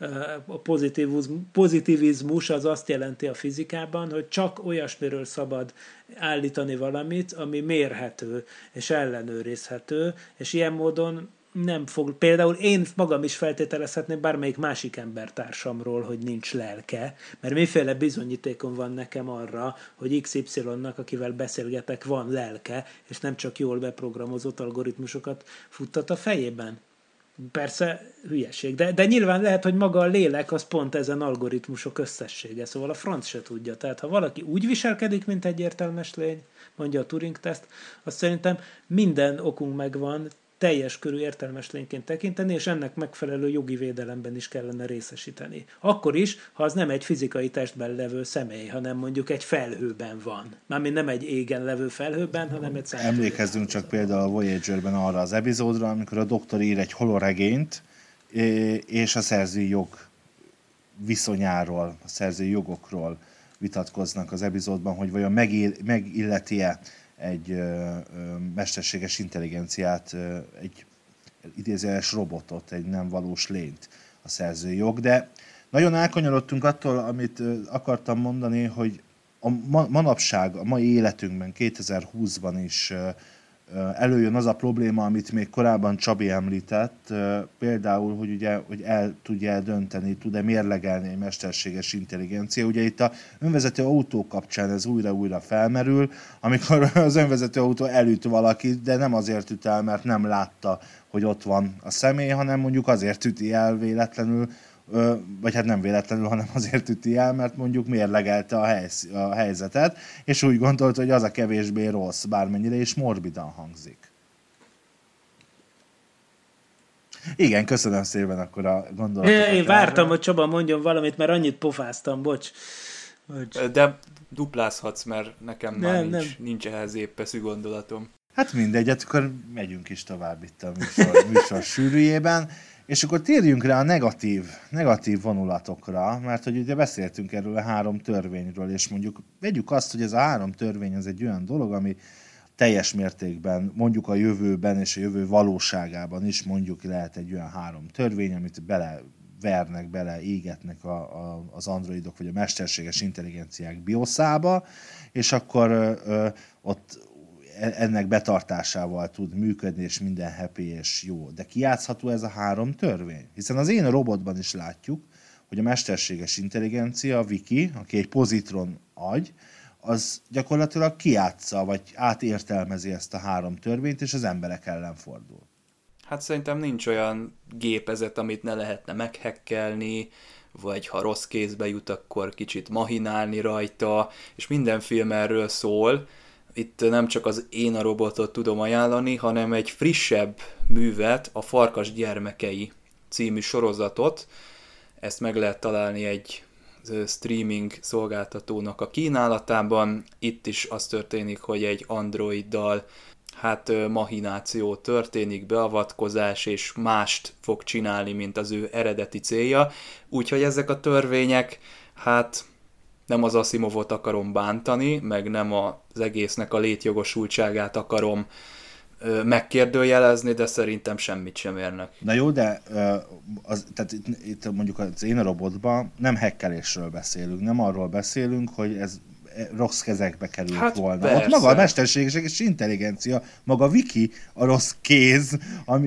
a pozitivizmus az azt jelenti a fizikában, hogy csak olyasmiről szabad állítani valamit, ami mérhető és ellenőrizhető, és ilyen módon nem fog, például én magam is feltételezhetném bármelyik másik embertársamról, hogy nincs lelke, mert miféle bizonyítékom van nekem arra, hogy XY-nak, akivel beszélgetek, van lelke, és nem csak jól beprogramozott algoritmusokat futtat a fejében. Persze hülyeség, de nyilván lehet, hogy maga a lélek az pont ezen algoritmusok összessége, szóval a franc se tudja. Tehát ha valaki úgy viselkedik, mint egy értelmes lény, mondja a Turing-teszt, azt szerintem minden okunk megvan teljes körű értelmes lényként tekinteni, és ennek megfelelő jogi védelemben is kellene részesíteni. Akkor is, ha az nem egy fizikai testben levő személy, hanem mondjuk egy felhőben van. Mármint nem egy égen levő felhőben, hanem egy személy. Emlékezzünk csak például a Voyager-ben arra az epizódra, amikor a doktor ír egy holoregényt, és a szerzői jog viszonyáról, a szerzői jogokról vitatkoznak az epizódban, hogy vajon megilleti-e egy mesterséges intelligenciát, egy idézőjeles robotot, egy nem valós lényt a szerzői jog. De nagyon elkanyarodtunk attól, amit akartam mondani, hogy a manapság, a mai életünkben, 2020-ban is előjön az a probléma, amit még korábban Csabi említett, például, hogy ugye, hogy el tudja dönteni, tud-e mérlegelni egy mesterséges intelligencia. Ugye itt a önvezető autó kapcsán ez újra-újra felmerül, amikor az önvezető autó elüt valakit, de nem azért üt el, mert nem látta, hogy ott van a személy, hanem mondjuk azért üti el véletlenül, vagy hát nem véletlenül, hanem azért üti el, mert mondjuk mérlegelte a helyzetet, és úgy gondolta, hogy az a kevésbé rossz, bármennyire is morbidan hangzik. Igen, köszönöm szépen akkor a gondolatokat. Én vártam, hogy Csaba mondjon valamit, mert annyit pofáztam, bocs. De duplázhatsz, mert nekem már nincs ehhez épp eszű gondolatom. Hát mindegy, akkor megyünk is tovább itt a műsor sűrűjében. És akkor térjünk rá a negatív vonulatokra, mert hogy ugye beszéltünk erről a 3 törvényről, és mondjuk vegyük azt, hogy ez a 3 törvény az egy olyan dolog, ami teljes mértékben mondjuk a jövőben és a jövő valóságában is mondjuk lehet egy olyan 3 törvény, amit beleégetnek az androidok vagy a mesterséges intelligenciák bioszába, és akkor ott ennek betartásával tud működni, és minden happy és jó. De kijátszható ez a 3 törvény? Hiszen az én robotban is látjuk, hogy a mesterséges intelligencia, a Viki, aki egy pozitron agy, az gyakorlatilag kijátsza, vagy átértelmezi ezt a 3 törvényt, és az emberek ellen fordul. Hát szerintem nincs olyan gépezet, amit ne lehetne meghekkelni, vagy ha rossz kézbe jut, akkor kicsit mahinálni rajta, és minden film erről szól. Itt nem csak az Én a robotot tudom ajánlani, hanem egy frissebb művet, a Farkas gyermekei című sorozatot. Ezt meg lehet találni egy streaming szolgáltatónak a kínálatában. Itt is az történik, hogy egy androiddal mahináció történik, beavatkozás, és mást fog csinálni, mint az ő eredeti célja. Úgyhogy ezek a törvények, nem az Asimovot akarom bántani, meg nem az egésznek a létjogosultságát akarom megkérdőjelezni, de szerintem semmit sem érnek. Na jó, de tehát itt mondjuk az Én a robotban nem hekkelésről beszélünk, nem arról beszélünk, hogy ez rossz kezekbe került volna. Persze. Ott maga a mesterséges intelligencia, maga a Viki a rossz kéz,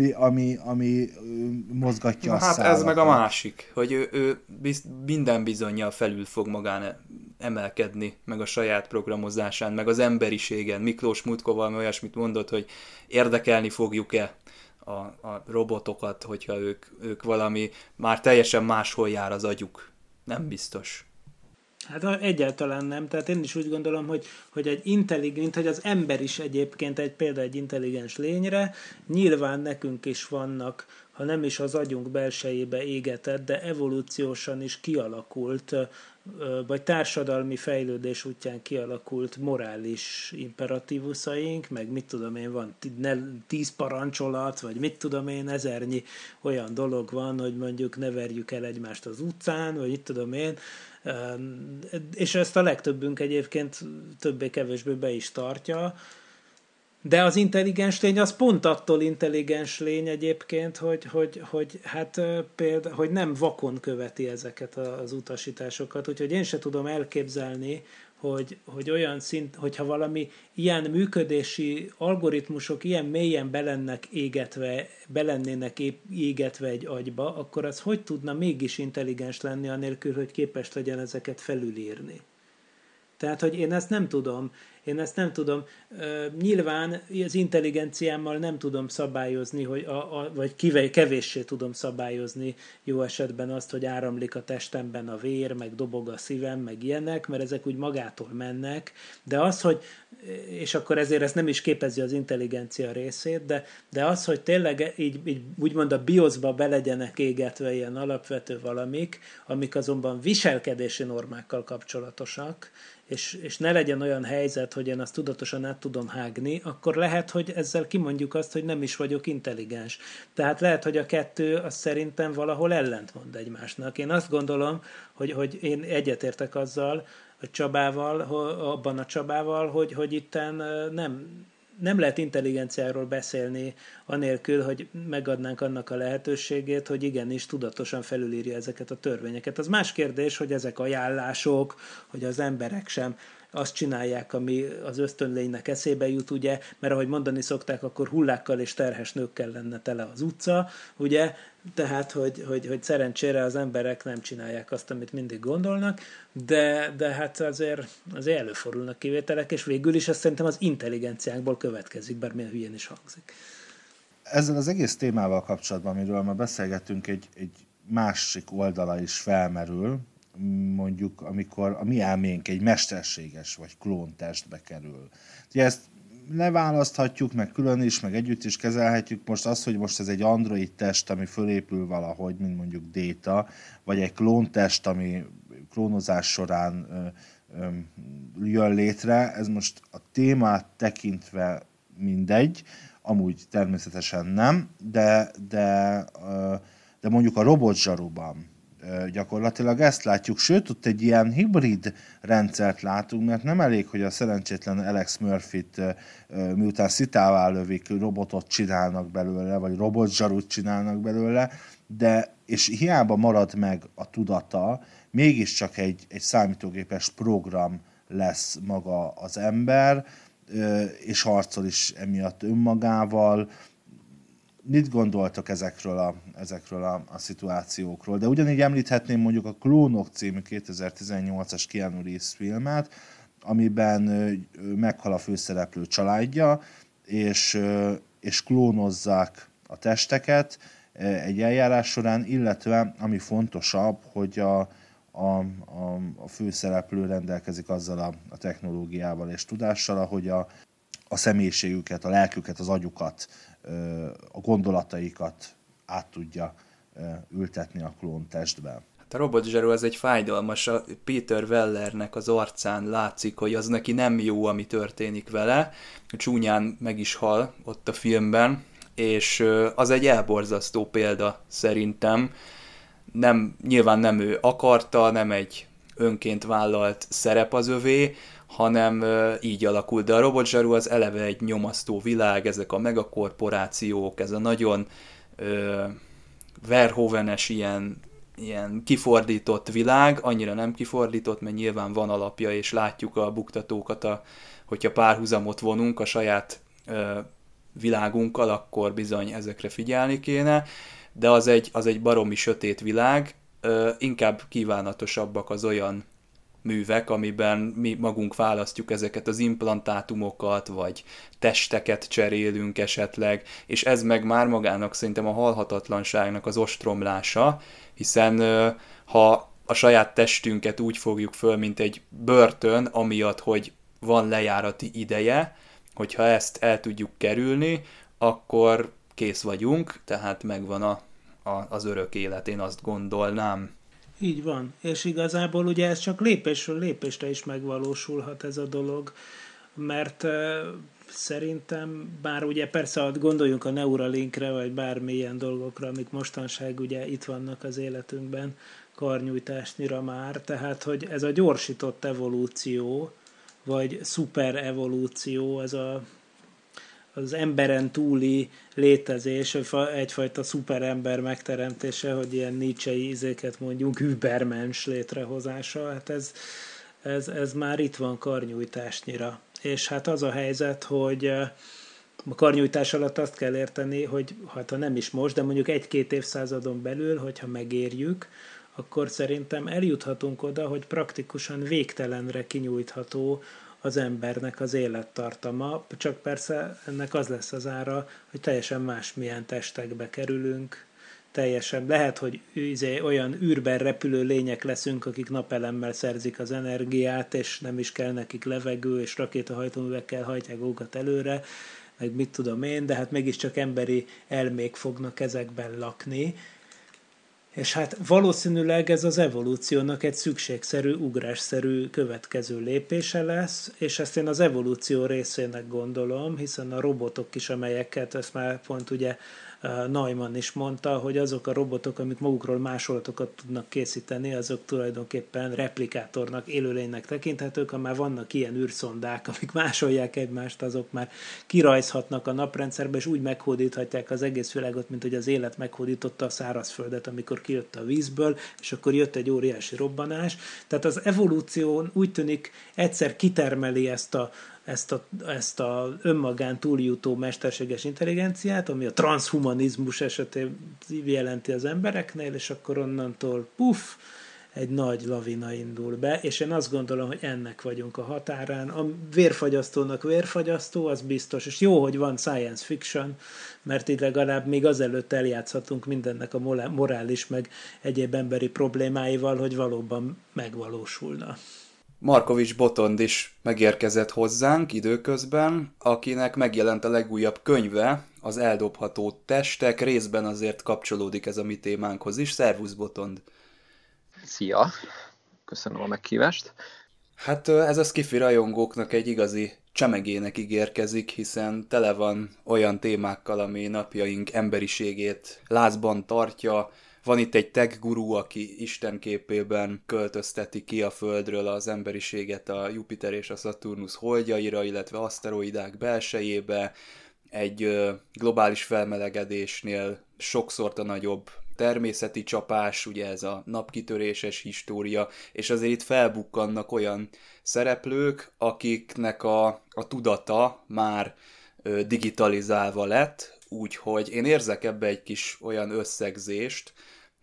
ami mozgatja a szállakat. Ez meg a másik, hogy ő minden bizonnyal felül fog magán emelkedni, meg a saját programozásán, meg az emberiségen. Miklós múltkor valami olyasmit mondott, hogy érdekelni fogjuk-e a robotokat, hogyha ők valami, már teljesen máshol jár az agyuk. Nem biztos. Hát egyáltalán nem. Tehát én is úgy gondolom, hogy egy intelligens, hogy az ember is egyébként például egy intelligens lényre, nyilván nekünk is vannak, ha nem is az agyunk belsejébe égetett, de evolúciósan is kialakult vagy társadalmi fejlődés útján kialakult morális imperatívuszaink, meg mit tudom én, van 10 parancsolat, vagy mit tudom én, 1000-nyi olyan dolog van, hogy mondjuk ne verjük el egymást az utcán, vagy mit tudom én, és ezt a legtöbbünk egyébként többé-kevésbé be is tartja, de az intelligens lény az pont attól intelligens lény egyébként, hogy hát például, hogy nem vakon követi ezeket az utasításokat, úgyhogy én se tudom elképzelni, hogy olyan szint, hogyha valami ilyen működési algoritmusok ilyen mélyen belennének égetve egy agyba, akkor az hogy tudna mégis intelligens lenni anélkül, hogy képes legyen ezeket felülírni. Tehát, hogy én ezt nem tudom. Nyilván az intelligenciámmal nem tudom szabályozni, vagy kevéssé tudom szabályozni jó esetben azt, hogy áramlik a testemben a vér, meg dobog a szívem, meg ilyenek, mert ezek úgy magától mennek. De az, hogy, és akkor ezért ez nem is képezi az intelligencia részét, de az, hogy tényleg így úgymond a BIOS-ba be legyenek égetve ilyen alapvető valamik, amik azonban viselkedési normákkal kapcsolatosak, és ne legyen olyan helyzet, hogy én azt tudatosan át tudom hágni, akkor lehet, hogy ezzel kimondjuk azt, hogy nem is vagyok intelligens. Tehát lehet, hogy a kettő az szerintem valahol ellentmond egymásnak. Én azt gondolom, hogy én egyetértek azzal, a Csabával, abban a Csabával, hogy itten nem lehet intelligenciáról beszélni anélkül, hogy megadnánk annak a lehetőségét, hogy igenis tudatosan felülírja ezeket a törvényeket. Az más kérdés, hogy ezek ajánlások, hogy az emberek sem azt csinálják, ami az ösztönlénynek eszébe jut, ugye, mert ahogy mondani szokták, akkor hullákkal és terhes nőkkel lenne tele az utca, ugye, tehát, hogy szerencsére az emberek nem csinálják azt, amit mindig gondolnak, de hát azért előfordulnak kivételek, és végül is azt szerintem az intelligenciánkból következik, bármilyen hülyén is hangzik. Ezzel az egész témával kapcsolatban, amiről ma beszélgettünk, egy másik oldala is felmerül, mondjuk, amikor a mi elménk egy mesterséges vagy klóntestbe kerül. Ugye ezt leválaszthatjuk, meg külön is, meg együtt is kezelhetjük. Most az, hogy most ez egy android test, ami fölépül valahogy, mint mondjuk Data, vagy egy klóntest, ami klónozás során jön létre, ez most a témát tekintve mindegy, amúgy természetesen nem, de mondjuk a robotzsaruban gyakorlatilag ezt látjuk, sőt, ott egy ilyen hibrid rendszert látunk, mert nem elég, hogy a szerencsétlen Alex Murphyt miután szitává lövik, robotot csinálnak belőle, vagy robotzsarut csinálnak belőle, és hiába marad meg a tudata, mégiscsak egy számítógépes program lesz maga az ember, és harcol is emiatt önmagával. Mit gondoltok ezekről a szituációkról? De ugyanígy említhetném mondjuk a Klónok című 2018-as Keanu Reeves filmet, amiben meghal a főszereplő családja, és klónozzák a testeket egy eljárás során, illetve ami fontosabb, hogy a főszereplő rendelkezik azzal a technológiával és tudással, ahogy a személyiségüket, a lelküket, az agyukat, a gondolataikat át tudja ültetni a klóntestbe. A robotzsaru az egy fájdalmas, a Peter Wellernek az arcán látszik, hogy az neki nem jó, ami történik vele, csúnyán meg is hal ott a filmben, és az egy elborzasztó példa szerintem. Nyilván nem ő akarta, nem egy önként vállalt szerep az övé, hanem így alakult. De a robotzsaru az eleve egy nyomasztó világ, ezek a megakorporációk, ez a nagyon Verhoevenes ilyen kifordított világ, annyira nem kifordított, mert nyilván van alapja, és látjuk a buktatókat, hogyha párhuzamot vonunk a saját világunkkal, akkor bizony ezekre figyelni kéne, de az egy baromi sötét világ, inkább kívánatosabbak az olyan művek, amiben mi magunk választjuk ezeket az implantátumokat, vagy testeket cserélünk esetleg, és ez meg már magának szerintem a halhatatlanságnak az ostromlása, hiszen ha a saját testünket úgy fogjuk föl, mint egy börtön, amiatt, hogy van lejárati ideje, hogyha ezt el tudjuk kerülni, akkor kész vagyunk, tehát megvan az örök élet, én azt gondolnám. Így van. És igazából ugye ez csak lépésről lépésre is megvalósulhat ez a dolog, mert szerintem, bár ugye persze gondoljunk a Neuralinkre, vagy bármilyen dolgokra, amik mostanság ugye itt vannak az életünkben, karnyújtásnyira már, tehát hogy ez a gyorsított evolúció, vagy szuper evolúció, az emberen túli létezés, egyfajta szuperember megteremtése, hogy ilyen Nietzsche-i izéket mondjunk, übermens létrehozása, hát ez már itt van karnyújtásnyira. És hát az a helyzet, hogy a karnyújtás alatt azt kell érteni, hogy hát ha nem is most, de mondjuk 1-2 évszázadon belül, hogyha megérjük, akkor szerintem eljuthatunk oda, hogy praktikusan végtelenre kinyújtható az embernek az élettartama, csak persze ennek az lesz az ára, hogy teljesen másmilyen testekbe kerülünk, teljesen lehet, hogy olyan űrben repülő lények leszünk, akik napelemmel szerzik az energiát, és nem is kell nekik levegő, és rakétahajtóművekkel hajtják magukat előre, meg mit tudom én, de hát mégiscsak emberi elmék fognak ezekben lakni. És hát valószínűleg ez az evolúciónak egy szükségszerű, ugrásszerű következő lépése lesz, és ezt én az evolúció részének gondolom, hiszen a robotok is, amelyeket, ezt már pont ugye Neumann is mondta, hogy azok a robotok, amik magukról másolatokat tudnak készíteni, azok tulajdonképpen replikátornak, élőlénynek tekinthetők, ha már vannak ilyen űrszondák, amik másolják egymást, azok már kirajzhatnak a naprendszerbe, és úgy meghódíthatják az egész világot, mint hogy az élet meghódította a szárazföldet, amikor kijött a vízből, és akkor jött egy óriási robbanás. Tehát az evolúció úgy tűnik egyszer kitermeli ezt a önmagán túljutó mesterséges intelligenciát, ami a transhumanizmus esetében jelenti az embereknél, és akkor onnantól egy nagy lavina indul be, és én azt gondolom, hogy ennek vagyunk a határán. A vérfagyasztónak vérfagyasztó, az biztos, és jó, hogy van science fiction, mert így legalább még azelőtt eljátszhatunk mindennek a morális meg egyéb emberi problémáival, hogy valóban megvalósulna. Markovics Botond is megérkezett hozzánk időközben, akinek megjelent a legújabb könyve, az Eldobható testek, részben azért kapcsolódik ez a mi témánkhoz is. Szervusz, Botond! Szia! Köszönöm a meghívást. Hát ez a sci-fi rajongóknak egy igazi csemegének ígérkezik, hiszen tele van olyan témákkal, ami napjaink emberiségét lázban tartja. Van itt egy tech guru, aki istenképében költözteti ki a Földről az emberiséget a Jupiter és a Szaturnusz holdjaira, illetve aszteroidák belsejébe. Egy globális felmelegedésnél sokszor nagyobb természeti csapás, ugye ez a napkitöréses história, és azért itt felbukkannak olyan szereplők, akiknek a tudata már digitalizálva lett, úgyhogy én érzek ebbe egy kis olyan összegzést,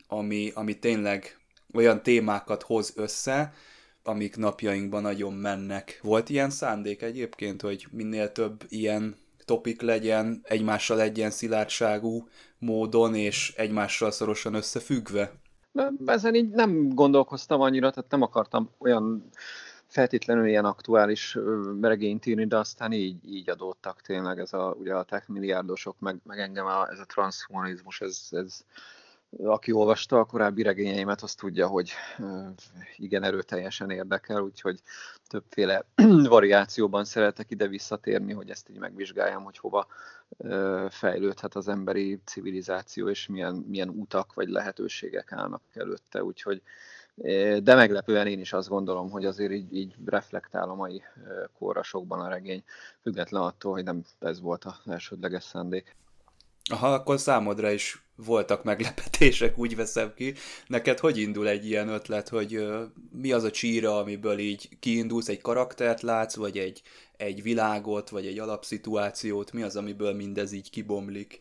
ami tényleg olyan témákat hoz össze, amik napjainkban nagyon mennek. Volt ilyen szándék egyébként, hogy minél több ilyen topik legyen, egymással egy ilyen szilárdságú módon, és egymással szorosan összefüggve? Ezen így nem gondolkoztam annyira, tehát nem akartam olyan feltétlenül ilyen aktuális regényt írni, de aztán így adódtak tényleg ugye a tech milliárdosok, meg engem ez a transhumanizmus, ez aki olvasta a korábbi regényeimet, az tudja, hogy igen erőteljesen érdekel, úgyhogy többféle variációban szeretek ide visszatérni, hogy ezt így megvizsgáljam, hogy hova fejlődhet az emberi civilizáció, és milyen utak vagy lehetőségek állnak előtte, úgyhogy de meglepően én is azt gondolom, hogy azért így reflektál a mai korra sokban a regény, független attól, hogy nem ez volt az elsődleges szándék. Aha, akkor számodra is voltak meglepetések, úgy veszem ki. Neked hogy indul egy ilyen ötlet, hogy mi az a csíra, amiből így kiindulsz, egy karaktert látsz, vagy egy világot, vagy egy alapszituációt, mi az, amiből mindez így kibomlik?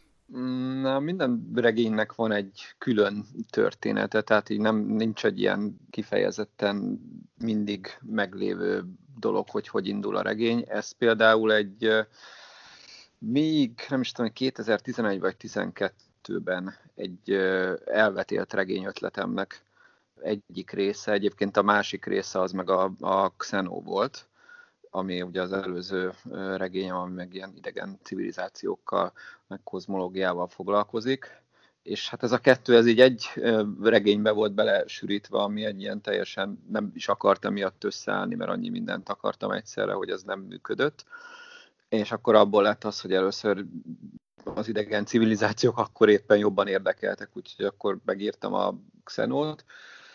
Na, minden regénynek van egy külön története, tehát így nincs egy ilyen kifejezetten mindig meglévő dolog, hogy indul a regény. Ez például még nem is tudom, 2011 vagy 2012-ben egy elvetélt regényötletemnek egyik része, egyébként a másik része az meg a Xeno volt, ami ugye az előző regényem, ami meg ilyen idegen civilizációkkal, meg kozmológiával foglalkozik, És hát ez a kettő, ez így egy regénybe volt belesűrítve, ami egy ilyen teljesen nem is akartam miatt összeállni, mert annyi mindent akartam egyszerre, hogy ez nem működött. És akkor abból lett az, hogy először az idegen civilizációk akkor éppen jobban érdekeltek, úgyhogy akkor megírtam a Xenót,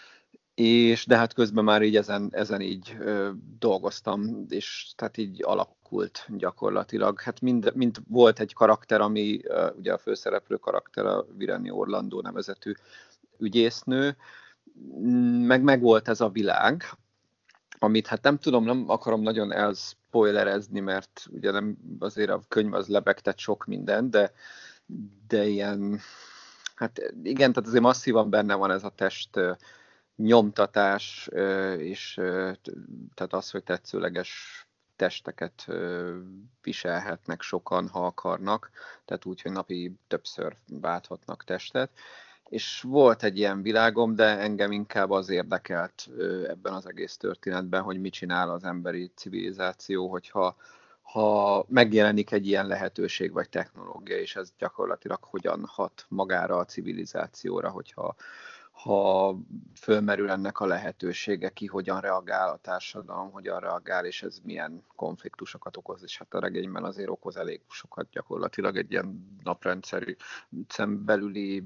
de hát közben már így ezen így dolgoztam, és tehát így alakult gyakorlatilag. Hát mind volt egy karakter, ami ugye a főszereplő karakter, a Vireni Orlandó nevezetű ügyésznő, meg volt ez a világ, amit hát nem tudom, nem akarom nagyon elspoilerezni, mert ugye nem, azért a könyv az lebegtet sok minden, de ilyen, hát igen, tehát azért masszívan benne van ez a test nyomtatás, és tehát az, hogy tetszőleges testeket viselhetnek sokan, ha akarnak, tehát úgy, hogy napi többször válthatnak testet. És volt egy ilyen világom, de engem inkább az érdekelt ebben az egész történetben, hogy mit csinál az emberi civilizáció, hogyha megjelenik egy ilyen lehetőség vagy technológia, és ez gyakorlatilag hogyan hat magára a civilizációra, ha fölmerül ennek a lehetősége, ki hogyan reagál a társadalom, hogyan reagál, és ez milyen konfliktusokat okoz, és hát a regényben azért okoz elég sokat gyakorlatilag egy ilyen naprendszerű belüli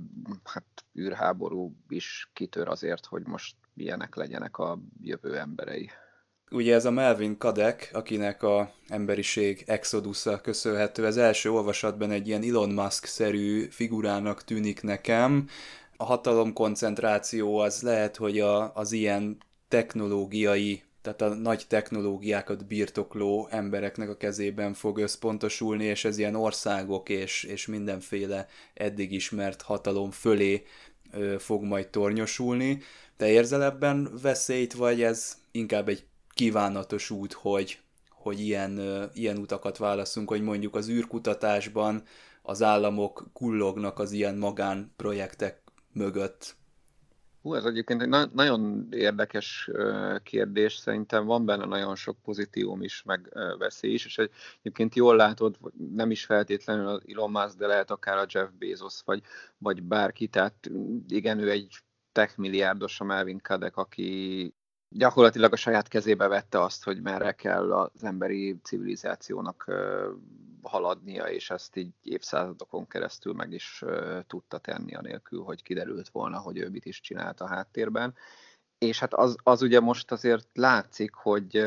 űrháború is kitör azért, hogy most milyenek legyenek a jövő emberei. Ugye ez a Melvin Kadek, akinek a emberiség exodusza köszönhető, az első olvasatban egy ilyen Elon Musk-szerű figurának tűnik nekem. A hatalomkoncentráció az lehet, hogy az ilyen technológiai, tehát a nagy technológiákat birtokló embereknek a kezében fog összpontosulni, és ez ilyen országok és mindenféle eddig ismert hatalom fölé fog majd tornyosulni. Te érzel ebben veszélyt, vagy ez inkább egy kívánatos út, hogy ilyen utakat válaszunk, hogy mondjuk az űrkutatásban az államok kullognak az ilyen magánprojektek mögött? Ez egyébként egy nagyon érdekes kérdés, szerintem van benne nagyon sok pozitívum is, meg veszély is, és egyébként jól látod, nem is feltétlenül az Elon Musk, de lehet akár a Jeff Bezos, vagy bárki, tehát igen, ő egy tech milliárdos, a Melvin Kadek, aki gyakorlatilag a saját kezébe vette azt, hogy merre kell az emberi civilizációnak haladnia, és ezt így évszázadokon keresztül meg is tudta tenni, anélkül, hogy kiderült volna, hogy ő mit is csinált a háttérben. És hát az ugye most azért látszik, hogy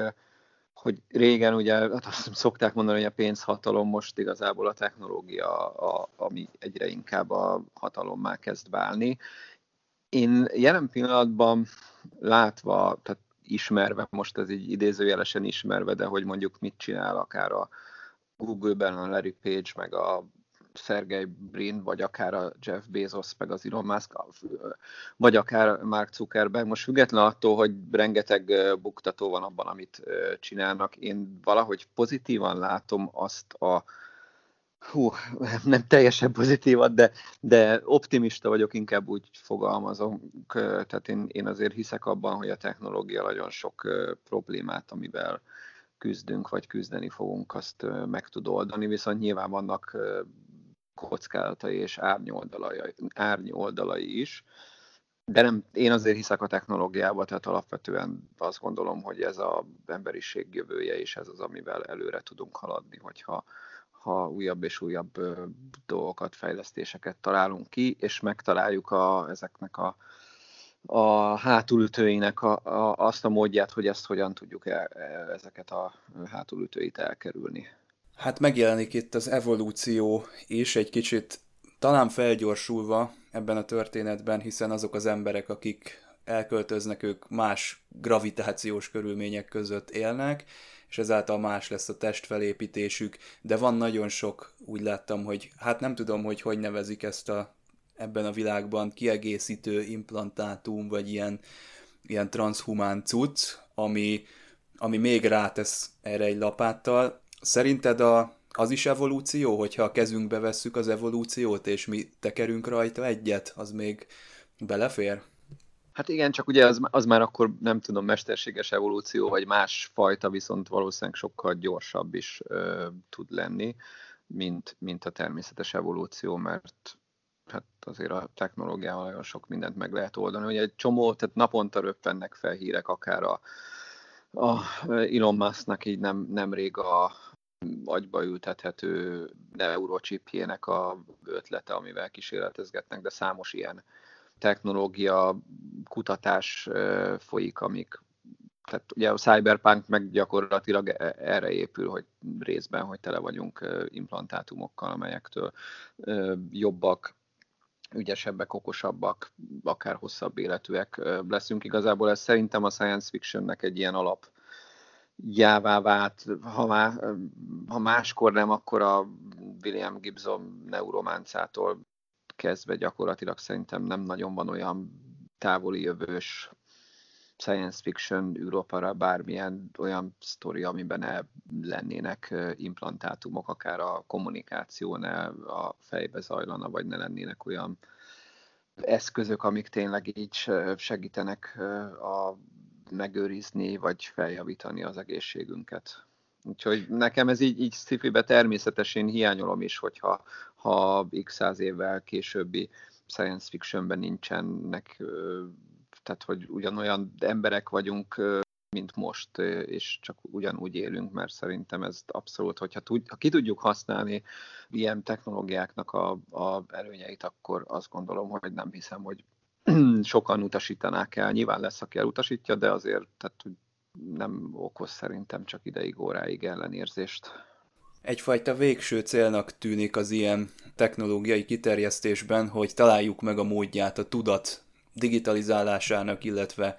régen ugye azt szokták mondani, hogy a pénzhatalom, most igazából a technológia, ami egyre inkább a hatalommá kezd válni. Én jelen pillanatban látva, tehát ismerve, most ez így idézőjelesen ismerve, de hogy mondjuk mit csinál akár a Google-ben a Larry Page, meg a Sergey Brin, vagy akár a Jeff Bezos, meg az Elon Musk, vagy akár Mark Zuckerberg. Most független attól, hogy rengeteg buktató van abban, amit csinálnak, én valahogy pozitívan látom azt nem teljesen pozitívat, de optimista vagyok, inkább úgy fogalmazom. Tehát én azért hiszek abban, hogy a technológia nagyon sok problémát, amivel küzdünk, vagy küzdeni fogunk, azt meg tud oldani, viszont nyilván vannak kockázatai és árnyoldalai is. De én azért hiszek a technológiába, tehát alapvetően azt gondolom, hogy ez az emberiség jövője, és ez az, amivel előre tudunk haladni, hogyha újabb és újabb dolgokat, fejlesztéseket találunk ki, és megtaláljuk ezeknek a hátulütőinek azt a módját, hogy ezt hogyan tudjuk ezeket a hátulütőit elkerülni. Hát megjelenik itt az evolúció is egy kicsit talán felgyorsulva ebben a történetben, hiszen azok az emberek, akik elköltöznek, ők más gravitációs körülmények között élnek, és ezáltal más lesz a testfelépítésük, de van nagyon sok, úgy láttam, hogy hát nem tudom, hogy nevezik ezt ebben a világban kiegészítő implantátum, vagy ilyen transhumán cucc, ami még rátesz erre egy lapáttal. Szerinted az is evolúció, hogyha a kezünkbe vesszük az evolúciót, és mi tekerünk rajta egyet, az még belefér? Hát igen, csak ugye az már akkor nem tudom, mesterséges evolúció, vagy más fajta, viszont valószínűleg sokkal gyorsabb is tud lenni, mint a természetes evolúció, mert hát azért a technológiával nagyon sok mindent meg lehet oldani. Ugye egy csomó, tehát naponta röppennek fel hírek, akár a Elon Musknak így nemrég a agyba ültethető neurochipjének a ötlete, amivel kísérletezgetnek, de számos ilyen technológia kutatás folyik, amik, tehát ugye a Cyberpunk meg gyakorlatilag erre épül, hogy részben, hogy tele vagyunk implantátumokkal, amelyektől jobbak, ügyesebbek, okosabbak, akár hosszabb életűek leszünk. Igazából ez szerintem a science fictionnek egy ilyen alapjává vált, ha máskor nem, akkor a William Gibson neurománcától kezdve gyakorlatilag szerintem nem nagyon van olyan távoli jövős science fiction, űropera, bármilyen olyan sztori, amiben lennének implantátumok, akár a kommunikációnál a fejbe zajlana, vagy ne lennének olyan eszközök, amik tényleg így segítenek megőrizni, vagy feljavítani az egészségünket. Úgyhogy nekem ez így sci-fibe természetesen hiányolom is, hogyha x 100 évvel későbbi science fictionben nincsenek, tehát hogy ugyanolyan emberek vagyunk, mint most, és csak ugyanúgy élünk, mert szerintem ez abszolút, hogyha ki tudjuk használni ilyen technológiáknak a előnyeit, akkor azt gondolom, hogy nem hiszem, hogy sokan utasítanák el. Nyilván lesz, aki elutasítja, de azért tehát, nem okoz szerintem csak ideig, óráig ellenérzést. Egyfajta végső célnak tűnik az ilyen technológiai kiterjesztésben, hogy találjuk meg a módját a tudat digitalizálásának, illetve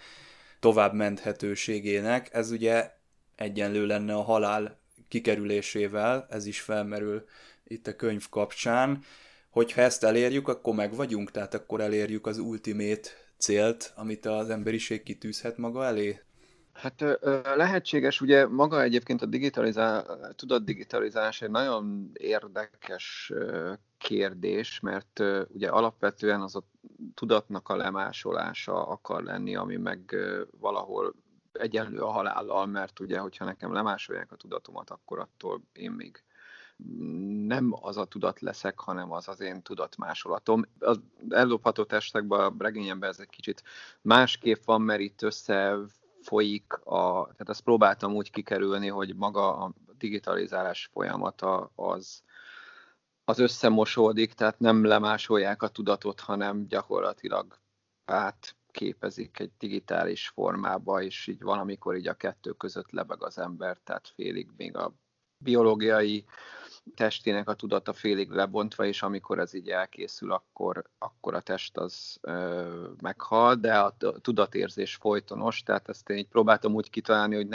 továbbmenthetőségének. Ez ugye egyenlő lenne a halál kikerülésével, ez is felmerül itt a könyv kapcsán. Hogyha ezt elérjük, akkor meg vagyunk, tehát akkor elérjük az ultimate célt, amit az emberiség kitűzhet maga elé. Hát lehetséges, ugye maga egyébként a tudatdigitalizálás egy nagyon érdekes kérdés, mert ugye alapvetően az a tudatnak a lemásolása akar lenni, ami meg valahol egyenlő a halállal, mert ugye, hogyha nekem lemásolják a tudatomat, akkor attól én még nem az a tudat leszek, hanem az én tudatmásolatom. Az ellopható testekben, a regényemben ez egy kicsit másképp van, mert itt összefolyik, tehát ezt próbáltam úgy kikerülni, hogy maga a digitalizálás folyamata az összemosódik, tehát nem lemásolják a tudatot, hanem gyakorlatilag átképezik egy digitális formába, és így valamikor így a kettő között lebeg az ember, tehát félig még a biológiai testének a tudata félig lebontva, és amikor ez így elkészül, akkor a test az meghal, de a tudatérzés folytonos, tehát ezt én így próbáltam úgy kitalálni, hogy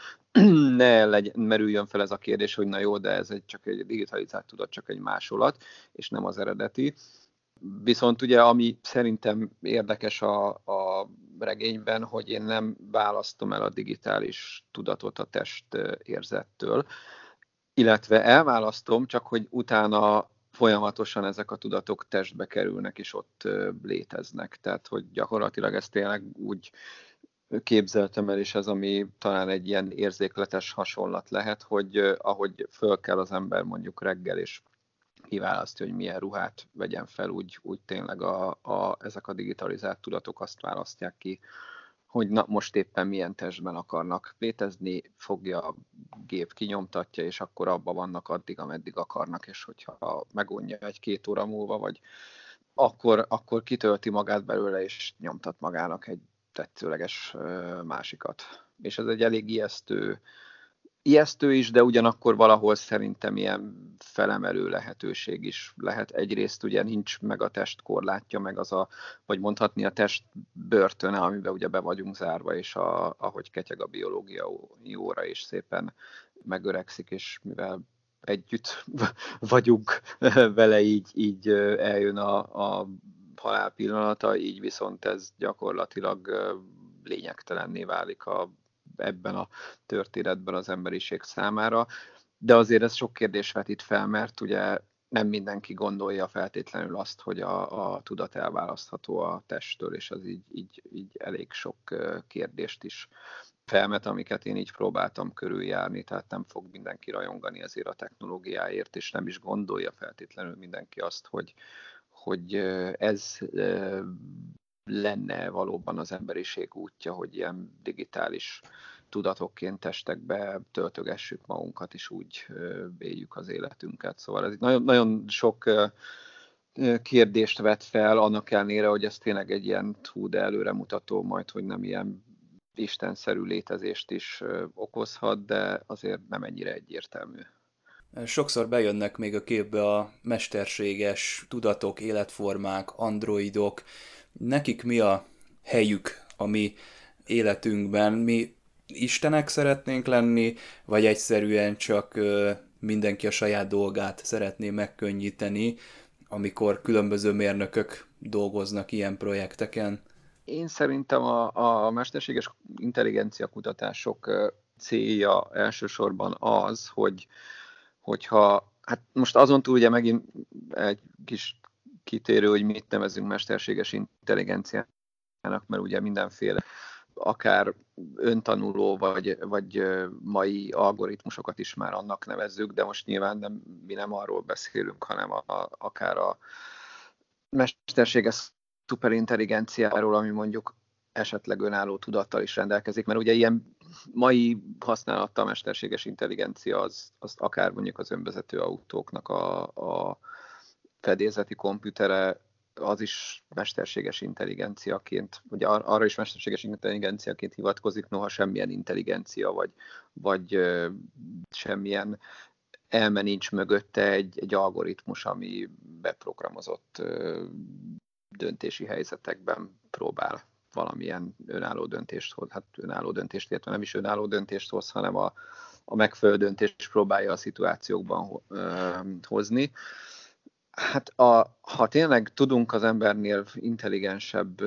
ne merüljön fel ez a kérdés, hogy na jó, de ez csak egy digitalizált tudat, csak egy másolat, és nem az eredeti. Viszont ugye, ami szerintem érdekes a regényben, hogy én nem választom el a digitális tudatot a test érzettől, illetve elválasztom, csak hogy utána folyamatosan ezek a tudatok testbe kerülnek, és ott léteznek. Tehát, hogy gyakorlatilag ezt tényleg úgy képzeltem el, és ez, ami talán egy ilyen érzékletes hasonlat lehet, hogy ahogy föl kell az ember mondjuk reggel, és kiválasztja, hogy milyen ruhát vegyen fel, úgy tényleg ezek a digitalizált tudatok azt választják ki, hogy na, most éppen milyen testben akarnak létezni, fogja a gép, kinyomtatja, és akkor abban vannak addig, ameddig akarnak, és hogyha megunja 1-2 óra múlva, vagy akkor kitölti magát belőle, és nyomtat magának egy tetszőleges másikat. És ez egy elég ijesztő is, de ugyanakkor valahol szerintem ilyen felemelő lehetőség is lehet. Egyrészt ugye nincs meg a test korlátja, meg vagy mondhatni a test börtöne, amiben ugye be vagyunk zárva, és ahogy ketyeg a biológiai óra, és szépen megöregszik, és mivel együtt vagyunk vele, így eljön a halál pillanata, így viszont ez gyakorlatilag lényegtelenné válik ebben a történetben az emberiség számára, de azért ez sok kérdés vetít fel, mert ugye nem mindenki gondolja feltétlenül azt, hogy a tudat elválasztható a testtől, és az így elég sok kérdést is felmet, amiket én így próbáltam körüljárni, tehát nem fog mindenki rajongani ezért a technológiáért, és nem is gondolja feltétlenül mindenki azt, hogy ez lenne valóban az emberiség útja, hogy ilyen digitális tudatokként testekbe töltögessük magunkat, és úgy éljük az életünket. Szóval ez nagyon, nagyon sok kérdést vet fel, annak ellenére, hogy ez tényleg egy ilyen de előremutató, majd, hogy nem ilyen istenszerű létezést is okozhat, de azért nem ennyire egyértelmű. Sokszor bejönnek még a képbe a mesterséges tudatok, életformák, androidok. Nekik mi a helyük a mi életünkben? Mi istenek szeretnénk lenni, vagy egyszerűen csak mindenki a saját dolgát szeretné megkönnyíteni, amikor különböző mérnökök dolgoznak ilyen projekteken? Én szerintem a mesterséges intelligencia kutatások célja elsősorban az, hogyha, hát most azon túl ugye megint egy kis kitérő, hogy mit nevezünk mesterséges intelligenciának, mert ugye mindenféle akár öntanuló vagy mai algoritmusokat is már annak nevezzük, de most nyilván mi nem arról beszélünk, hanem akár a mesterséges szuperintelligenciáról, ami mondjuk esetleg önálló tudattal is rendelkezik, mert ugye ilyen mai használattal a mesterséges intelligencia az akár mondjuk az önvezető autóknak a fedélzeti komputere, az is mesterséges intelligenciaként, vagy arra is mesterséges intelligenciaként hivatkozik, noha semmilyen intelligencia, vagy semmilyen elme nincs mögötte egy algoritmus, ami beprogramozott döntési helyzetekben próbál valamilyen önálló döntést hoz, hát önálló döntést, illetve nem is önálló döntést hoz, hanem a megfelelő döntést próbálja a szituációkban hozni. Hát ha tényleg tudunk az embernél intelligensebb,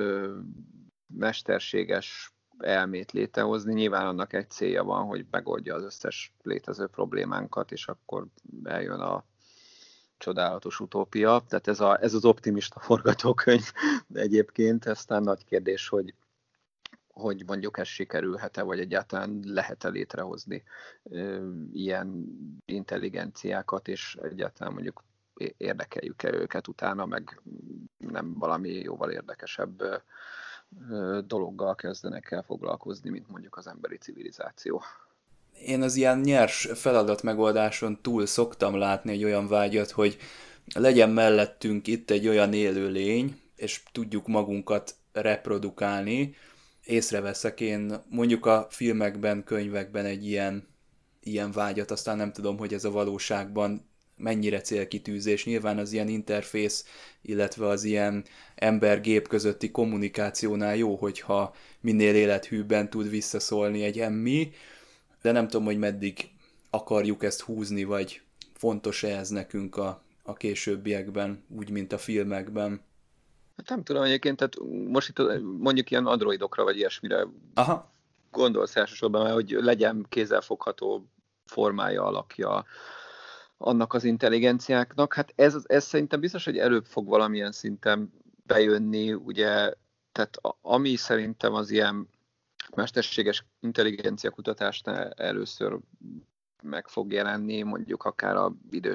mesterséges elmét létrehozni, nyilván annak egy célja van, hogy megoldja az összes létező problémánkat, és akkor eljön a csodálatos utópia. Tehát ez az optimista forgatókönyv egyébként, aztán nagy kérdés, hogy mondjuk ez sikerülhet-e, vagy egyáltalán lehet-e létrehozni ilyen intelligenciákat, és egyáltalán mondjuk érdekeljük-e őket utána, meg nem valami jóval érdekesebb dologgal kezdenek el foglalkozni, mint mondjuk az emberi civilizáció. Én az ilyen nyers feladatmegoldáson túl szoktam látni egy olyan vágyat, hogy legyen mellettünk itt egy olyan élőlény, és tudjuk magunkat reprodukálni. Észreveszek én mondjuk a filmekben, könyvekben egy ilyen vágyat, aztán nem tudom, hogy ez a valóságban mennyire célkitűzés. Nyilván az ilyen interfész, illetve az ilyen ember-gép közötti kommunikációnál jó, hogyha minél élethűbben tud visszaszólni egy emmi, de nem tudom, hogy meddig akarjuk ezt húzni, vagy fontos-e ez nekünk a későbbiekben, úgy, mint a filmekben. Hát nem tudom egyébként, tehát most itt mondjuk ilyen androidokra, vagy ilyesmire gondolsz elsősorban, hogy legyen kézzelfogható formája, alakja annak az intelligenciáknak. Hát ez szerintem biztos, hogy előbb fog valamilyen szinten bejönni, ugye, tehát ami szerintem az ilyen mesterséges intelligencia kutatásnál először meg fog jelenni, mondjuk akár a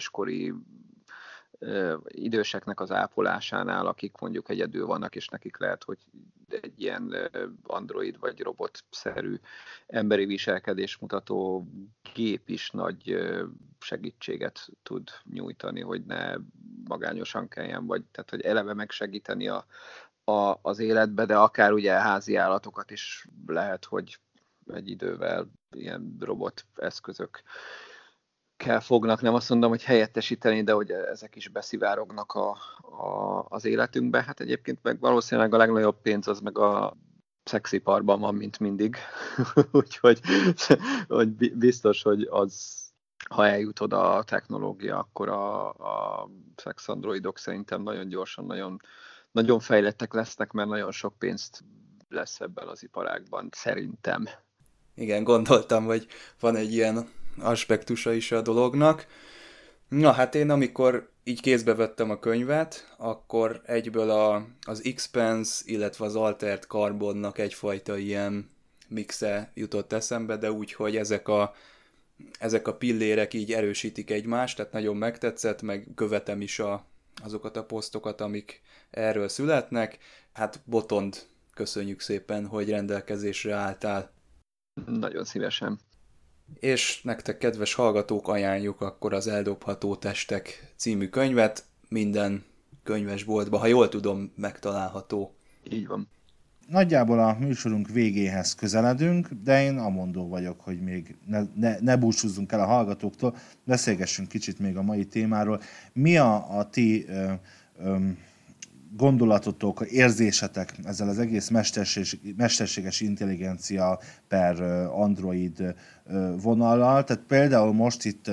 időseknek az ápolásánál, akik mondjuk egyedül vannak, és nekik lehet, hogy egy ilyen android vagy robotszerű emberi viselkedés mutató gép is nagy segítséget tud nyújtani, hogy ne magányosan kelljen, vagy tehát, hogy eleve megsegíteni az életbe, de akár ugye házi állatokat is lehet, hogy egy idővel ilyen robot eszközök fognak, nem azt mondom, hogy helyettesíteni, de hogy ezek is beszivárognak az életünkbe. Hát egyébként meg valószínűleg a legnagyobb pénz az meg a szexiparban van, mint mindig. Úgyhogy hogy biztos, hogy az, ha eljut oda a technológia, akkor a szexandroidok szerintem nagyon gyorsan, nagyon, nagyon fejlettek lesznek, mert nagyon sok pénzt lesz ebben az iparágban, szerintem. Igen, gondoltam, hogy van egy ilyen aspektusa is a dolognak. Na hát én amikor így kézbe vettem a könyvet, akkor egyből az Expanse, illetve az Altered Carbonnak egyfajta ilyen mixe jutott eszembe, de úgy, hogy ezek a pillérek így erősítik egymást, tehát nagyon megtetszett, meg követem is azokat a posztokat, amik erről születnek. Hát Botond, köszönjük szépen, hogy rendelkezésre álltál. Nagyon szívesen. És nektek, kedves hallgatók, ajánljuk akkor az Eldobható testek című könyvet. Minden könyvesboltban, ha jól tudom, megtalálható. Így van. Nagyjából a műsorunk végéhez közeledünk, de én amondó vagyok, hogy még ne búcsúzzunk el a hallgatóktól, beszélgessünk kicsit még a mai témáról. Mi a ti gondolatotok, érzésetek ezzel az egész mesterséges intelligencia per Android vonallal? Tehát például most itt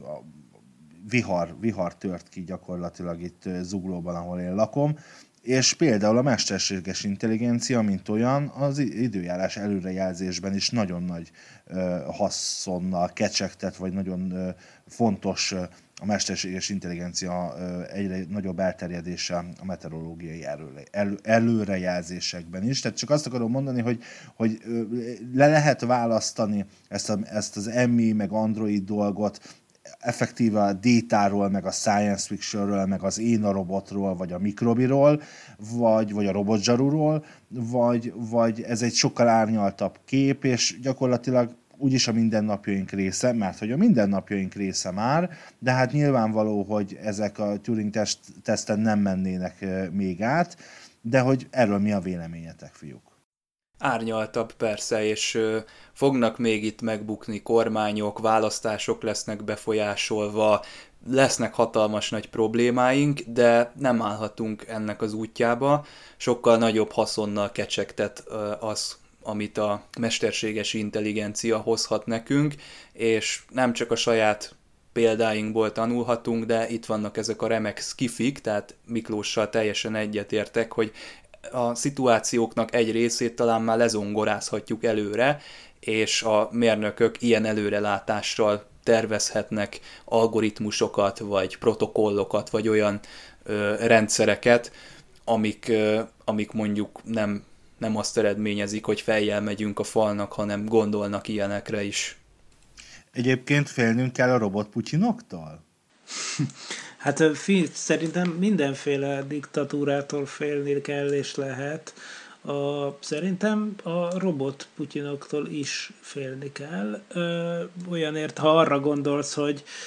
vihar tört ki gyakorlatilag itt Zuglóban, ahol én lakom, és például a mesterséges intelligencia, mint olyan, az időjárás előrejelzésben is nagyon nagy haszonnal kecsegtet, vagy nagyon fontos a mesterséges intelligencia egyre nagyobb elterjedése a meteorológiai előrejelzésekben is. Tehát csak azt akarom mondani, hogy le lehet választani ezt az Emmy meg Android dolgot effektíve a Détáról, meg a Science Fictionről, meg az Én a robotról, vagy a Mikrobiról, vagy a Robotzsaruról, vagy ez egy sokkal árnyaltabb kép, és gyakorlatilag úgyis a mindennapjaink része, mert hogy a mindennapjaink része már, de hát nyilvánvaló, hogy ezek a Turing-teszten nem mennének még át, de hogy erről mi a véleményetek, fiúk? Árnyaltabb persze, és fognak még itt megbukni kormányok, választások lesznek befolyásolva, lesznek hatalmas nagy problémáink, de nem állhatunk ennek az útjába. Sokkal nagyobb haszonnal kecsegtet az, amit a mesterséges intelligencia hozhat nekünk, és nem csak a saját példáinkból tanulhatunk, de itt vannak ezek a remek skifik, tehát Miklóssal teljesen egyetértek, hogy a szituációknak egy részét talán már lezongorázhatjuk előre, és a mérnökök ilyen előrelátással tervezhetnek algoritmusokat, vagy protokollokat, vagy olyan rendszereket, amik mondjuk nem azt eredményezik, hogy fejjel megyünk a falnak, hanem gondolnak ilyenekre is. Egyébként félnünk kell a robotputyinoktól? Hát szerintem mindenféle diktatúrától félni kell és lehet. Szerintem a robotputyinoktól is félni kell. Olyanért, ha arra gondolsz,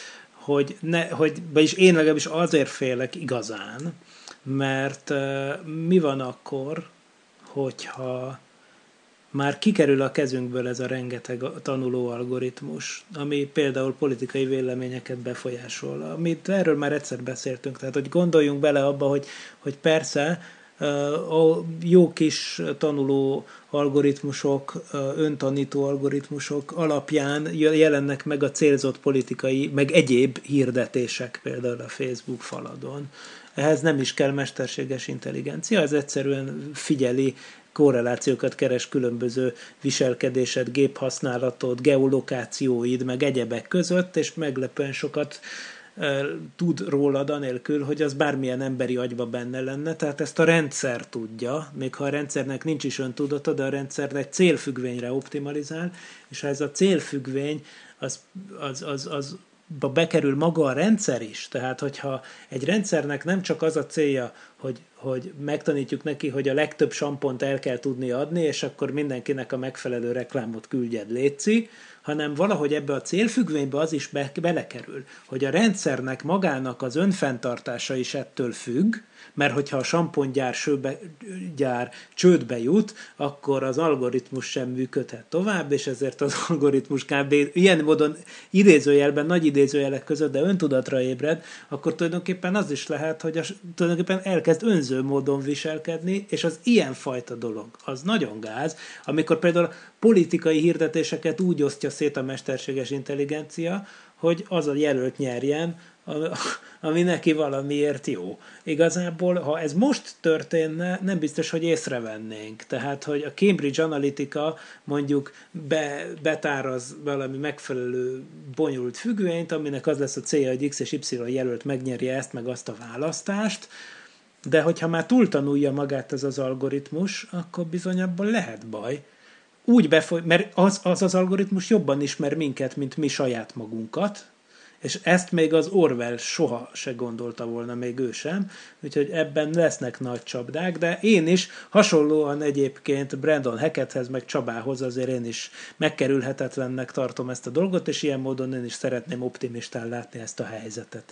vagyis én legalábbis azért félek igazán, mert mi van akkor, hogyha már kikerül a kezünkből ez a rengeteg tanuló algoritmus, ami például politikai véleményeket befolyásol. Amit erről már egyszer beszéltünk, tehát hogy gondoljunk bele abba, hogy persze a jó kis tanuló algoritmusok, öntanító algoritmusok alapján jelennek meg a célzott politikai, meg egyéb hirdetések például a Facebook faladon. Ehhez nem is kell mesterséges intelligencia, ez egyszerűen figyeli, korrelációkat keres különböző viselkedésed, géphasználatod, geolokációid, meg egyebek között, és meglepően sokat tud rólad anélkül, hogy az bármilyen emberi agyba benne lenne, tehát ezt a rendszer tudja, még ha a rendszernek nincs is öntudata, de a rendszer egy célfüggvényre optimalizál, és ha ez a célfüggvény az bekerül maga a rendszer is, tehát hogyha egy rendszernek nem csak az a célja, hogy megtanítjuk neki, hogy a legtöbb sampont el kell tudni adni, és akkor mindenkinek a megfelelő reklámot küldjed, létszi, hanem valahogy ebbe a célfüggvénybe az is belekerül, hogy a rendszernek magának az önfenntartása is ettől függ, mert hogyha a sampongyár csődbe jut, akkor az algoritmus sem működhet tovább, és ezért az algoritmus kb. Ilyen módon idézőjelben, nagy idézőjelek között, de öntudatra ébred, akkor tulajdonképpen az is lehet, hogy tulajdonképpen elkezd önző módon viselkedni, és az ilyenfajta dolog, az nagyon gáz, amikor például politikai hirdetéseket úgy osztja szét a mesterséges intelligencia, hogy az a jelölt nyerjen, ami neki valamiért jó. Igazából, ha ez most történne, nem biztos, hogy észrevennénk. Tehát, hogy a Cambridge Analytica mondjuk betáraz valami megfelelő bonyolult függvényt, aminek az lesz a célja, hogy X és Y jelölt megnyerje ezt, meg azt a választást, de hogyha már túltanulja magát ez az algoritmus, akkor bizony abból lehet baj. Mert az algoritmus jobban ismer minket, mint mi saját magunkat, És ezt még az Orwell soha se gondolta volna, még ő sem, úgyhogy ebben lesznek nagy csapdák, de én is hasonlóan egyébként Brandon Hacketthez, meg Csabához azért én is megkerülhetetlennek tartom ezt a dolgot, és ilyen módon én is szeretném optimistán látni ezt a helyzetet.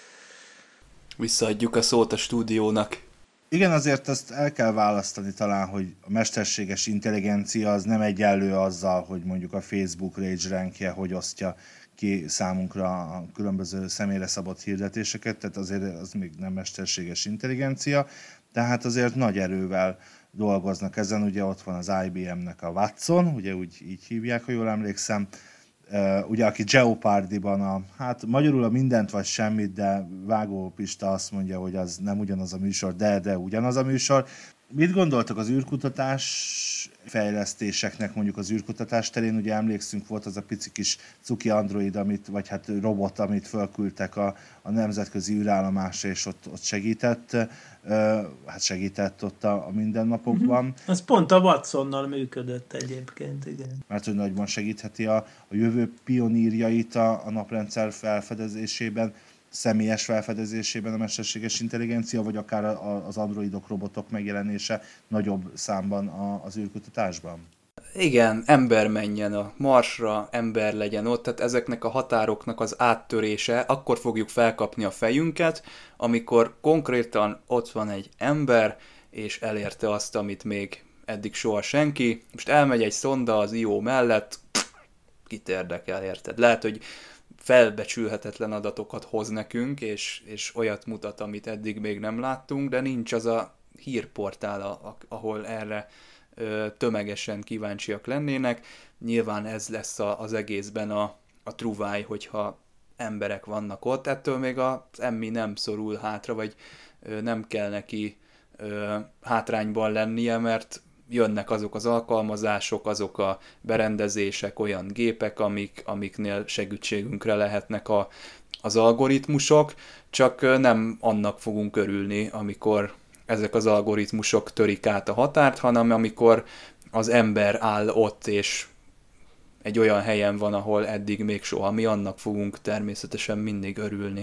Visszaadjuk a szót a stúdiónak. Igen, azért azt el kell választani talán, hogy a mesterséges intelligencia az nem egyenlő azzal, hogy mondjuk a Facebook Rage Rankje hogy osztja ki számunkra a különböző személyre szabott hirdetéseket, tehát azért az még nem mesterséges intelligencia, tehát azért nagy erővel dolgoznak ezen, ugye ott van az IBM-nek a Watson, ugye így hívják, ha jól emlékszem, ugye aki Jeopardy-ban hát magyarul a mindent vagy semmit, de Vágó Pista azt mondja, hogy az nem ugyanaz a műsor, de ugyanaz a műsor. Mit gondoltak az űrkutatás fejlesztéseknek mondjuk az űrkutatás terén? Ugye emlékszünk, volt az a pici kis cuki android, vagy hát robot, amit fölküldtek a nemzetközi űrállomásra, és ott segített, hát segített ott a mindennapokban. Az pont a Watsonnal működött egyébként, igen. Mert hogy nagyban segítheti a jövő pionírjait a naprendszer felfedezésében, személyes felfedezésében a mesterséges intelligencia, vagy akár az androidok, robotok megjelenése nagyobb számban az űrkutatásban? Igen, ember menjen a Marsra, ember legyen ott, tehát ezeknek a határoknak az áttörése, akkor fogjuk felkapni a fejünket, amikor konkrétan ott van egy ember, és elérte azt, amit még eddig soha senki. Most elmegy egy szonda az IO mellett, kit érdekel, érted? Lehet, hogy felbecsülhetetlen adatokat hoz nekünk, és olyat mutat, amit eddig még nem láttunk, de nincs az a hírportál, ahol erre tömegesen kíváncsiak lennének. Nyilván ez lesz az egészben a truváj, hogyha emberek vannak ott. Ettől még az emmi nem szorul hátra, vagy nem kell neki hátrányban lennie, mert jönnek azok az alkalmazások, azok a berendezések, olyan gépek, amiknél segítségünkre lehetnek az algoritmusok, csak nem annak fogunk örülni, amikor ezek az algoritmusok törik át a határt, hanem amikor az ember áll ott, és egy olyan helyen van, ahol eddig még soha. Mi annak fogunk természetesen mindig örülni.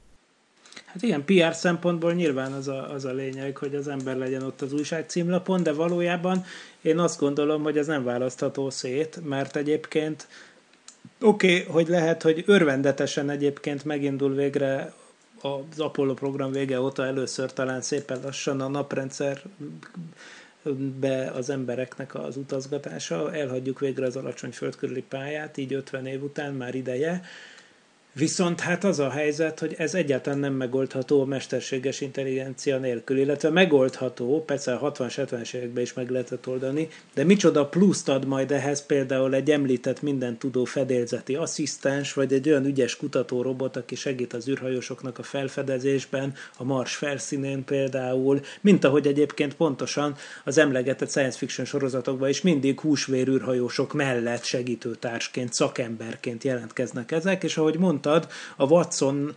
Hát igen, PR szempontból nyilván az a lényeg, hogy az ember legyen ott az újság címlapon, de valójában én azt gondolom, hogy ez nem választható szét, mert egyébként oké, hogy lehet, hogy örvendetesen egyébként megindul végre az Apollo program vége óta először talán szépen lassan a naprendszerbe az embereknek az utazgatása, elhagyjuk végre az alacsony föld körüli pályát, így 50 év után már ideje. Viszont hát az a helyzet, hogy ez egyáltalán nem megoldható a mesterséges intelligencia nélkül, illetve megoldható, persze a 60-70-es években is meg lehetett oldani, de micsoda pluszt ad majd ehhez például egy említett mindent tudó fedélzeti asszisztens, vagy egy olyan ügyes kutatórobot, aki segít az űrhajósoknak a felfedezésben, a Mars felszínén például, mint ahogy egyébként pontosan az emlegetett science fiction sorozatokban is mindig húsvér űrhajósok mellett segítőtársként, szakemberként jelentkeznek ezek, és ahogy mondtam, a Watson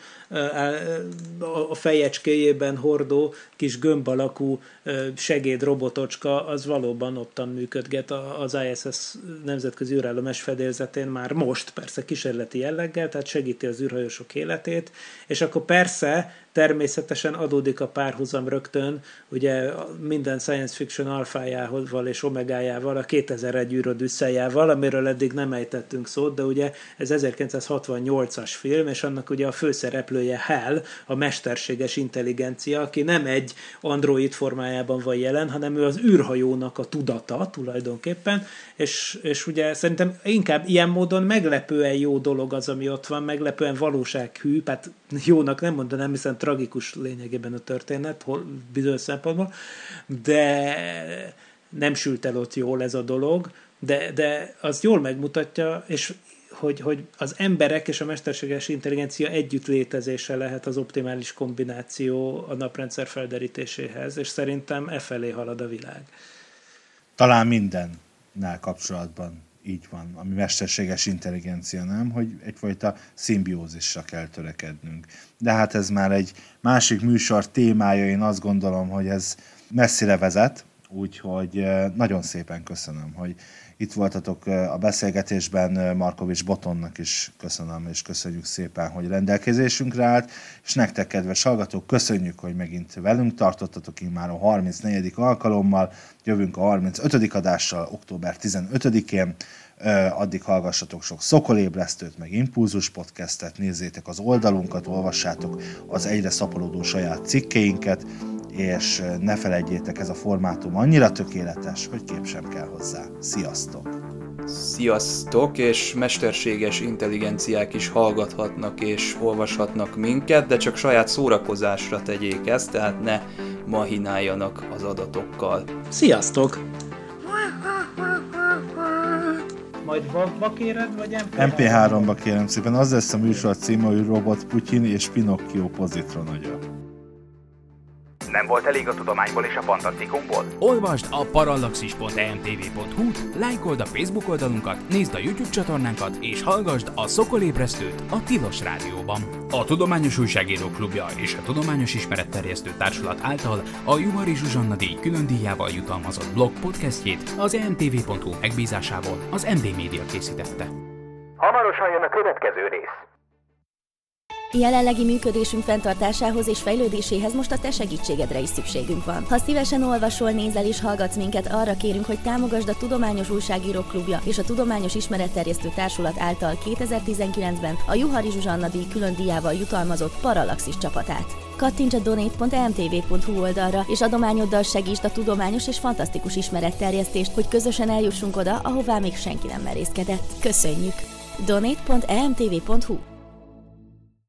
a fejecskéjében hordó kis gömb alakú segédrobotocska, az valóban ottan működget az ISS nemzetközi űrállomás fedélzetén már most, persze kísérleti jelleggel, tehát segíti az űrhajósok életét, és akkor persze természetesen adódik a párhuzam rögtön, ugye minden science fiction alfájával és omegájával, a 2001 űrodüsszeljával, amiről eddig nem ejtettünk szót, de ugye ez 1968-as film, és annak ugye a főszereplője Hal, a mesterséges intelligencia, aki nem egy android formájában van jelen, hanem ő az űrhajónak a tudata tulajdonképpen, és ugye szerintem inkább ilyen módon meglepően jó dolog az, ami ott van, meglepően valósághű, hát jónak nem mondanám, hiszen tragikus lényegében a történet bizonyos szempontból, de nem sült el ott jól ez a dolog, de az jól megmutatja, és hogy az emberek és a mesterséges intelligencia együtt létezése lehet az optimális kombináció a naprendszer felderítéséhez, és szerintem e felé halad a világ. Talán mindennel kapcsolatban így van, ami mesterséges intelligencia, nem? Hogy egyfajta szimbiózisra kell törekednünk. De hát ez már egy másik műsor témája, én azt gondolom, hogy ez messzire vezet, úgyhogy nagyon szépen köszönöm, hogy itt voltatok a beszélgetésben. Markovics Botonnak is köszönöm, és köszönjük szépen, hogy rendelkezésünkre állt, és nektek, kedves hallgatók, köszönjük, hogy megint velünk tartottatok immár a 34. alkalommal. Jövünk a 35. adással október 15-én. Addig hallgassatok sok Szokolébresztőt, meg Impulzus podcastet, nézzétek az oldalunkat, olvassátok az egyre szaporodó saját cikkeinket, és ne feledjétek, ez a formátum annyira tökéletes, hogy kép sem kell hozzá. Sziasztok! Sziasztok, és mesterséges intelligenciák is hallgathatnak és olvashatnak minket, de csak saját szórakozásra tegyék ezt, tehát ne mahináljanak az adatokkal. Sziasztok! Majd WAV-ba kéred, vagy MP3-ba kérem szépen. Az lesz a műsor címe, hogy Robot Putyin és Pinocchio pozitronagya. Nem volt elég a tudományból és a fantasztikumból? Olvasd a parallaxis.emtv.hu-t, lájkold a Facebook oldalunkat, nézd a YouTube csatornánkat, és hallgasd a Szokolébresztőt a Tilos Rádióban. A Tudományos Újságírók Klubja és a Tudományos Ismeretterjesztő Társulat által a Juhari Zsuzsanna díj külön díjával jutalmazott blog podcastjét az emtv.hu megbízásából az MD Media készítette. Hamarosan jön a következő rész. Jelenlegi működésünk fenntartásához és fejlődéséhez most a te segítségedre is szükségünk van. Ha szívesen olvasol, nézel és hallgatsz minket, arra kérünk, hogy támogasd a Tudományos Újságírók Klubja és a Tudományos Ismeretterjesztő Társulat által 2019-ben a Juhari Zsuzsanna díj külön díjával jutalmazott Parallaxis csapatát. Kattints a donate.emtv.hu oldalra, és adományoddal segítsd a tudományos és fantasztikus ismeretterjesztést, hogy közösen eljussunk oda, ahová még senki nem merészkedett. Köszönjük! donate.emtv.hu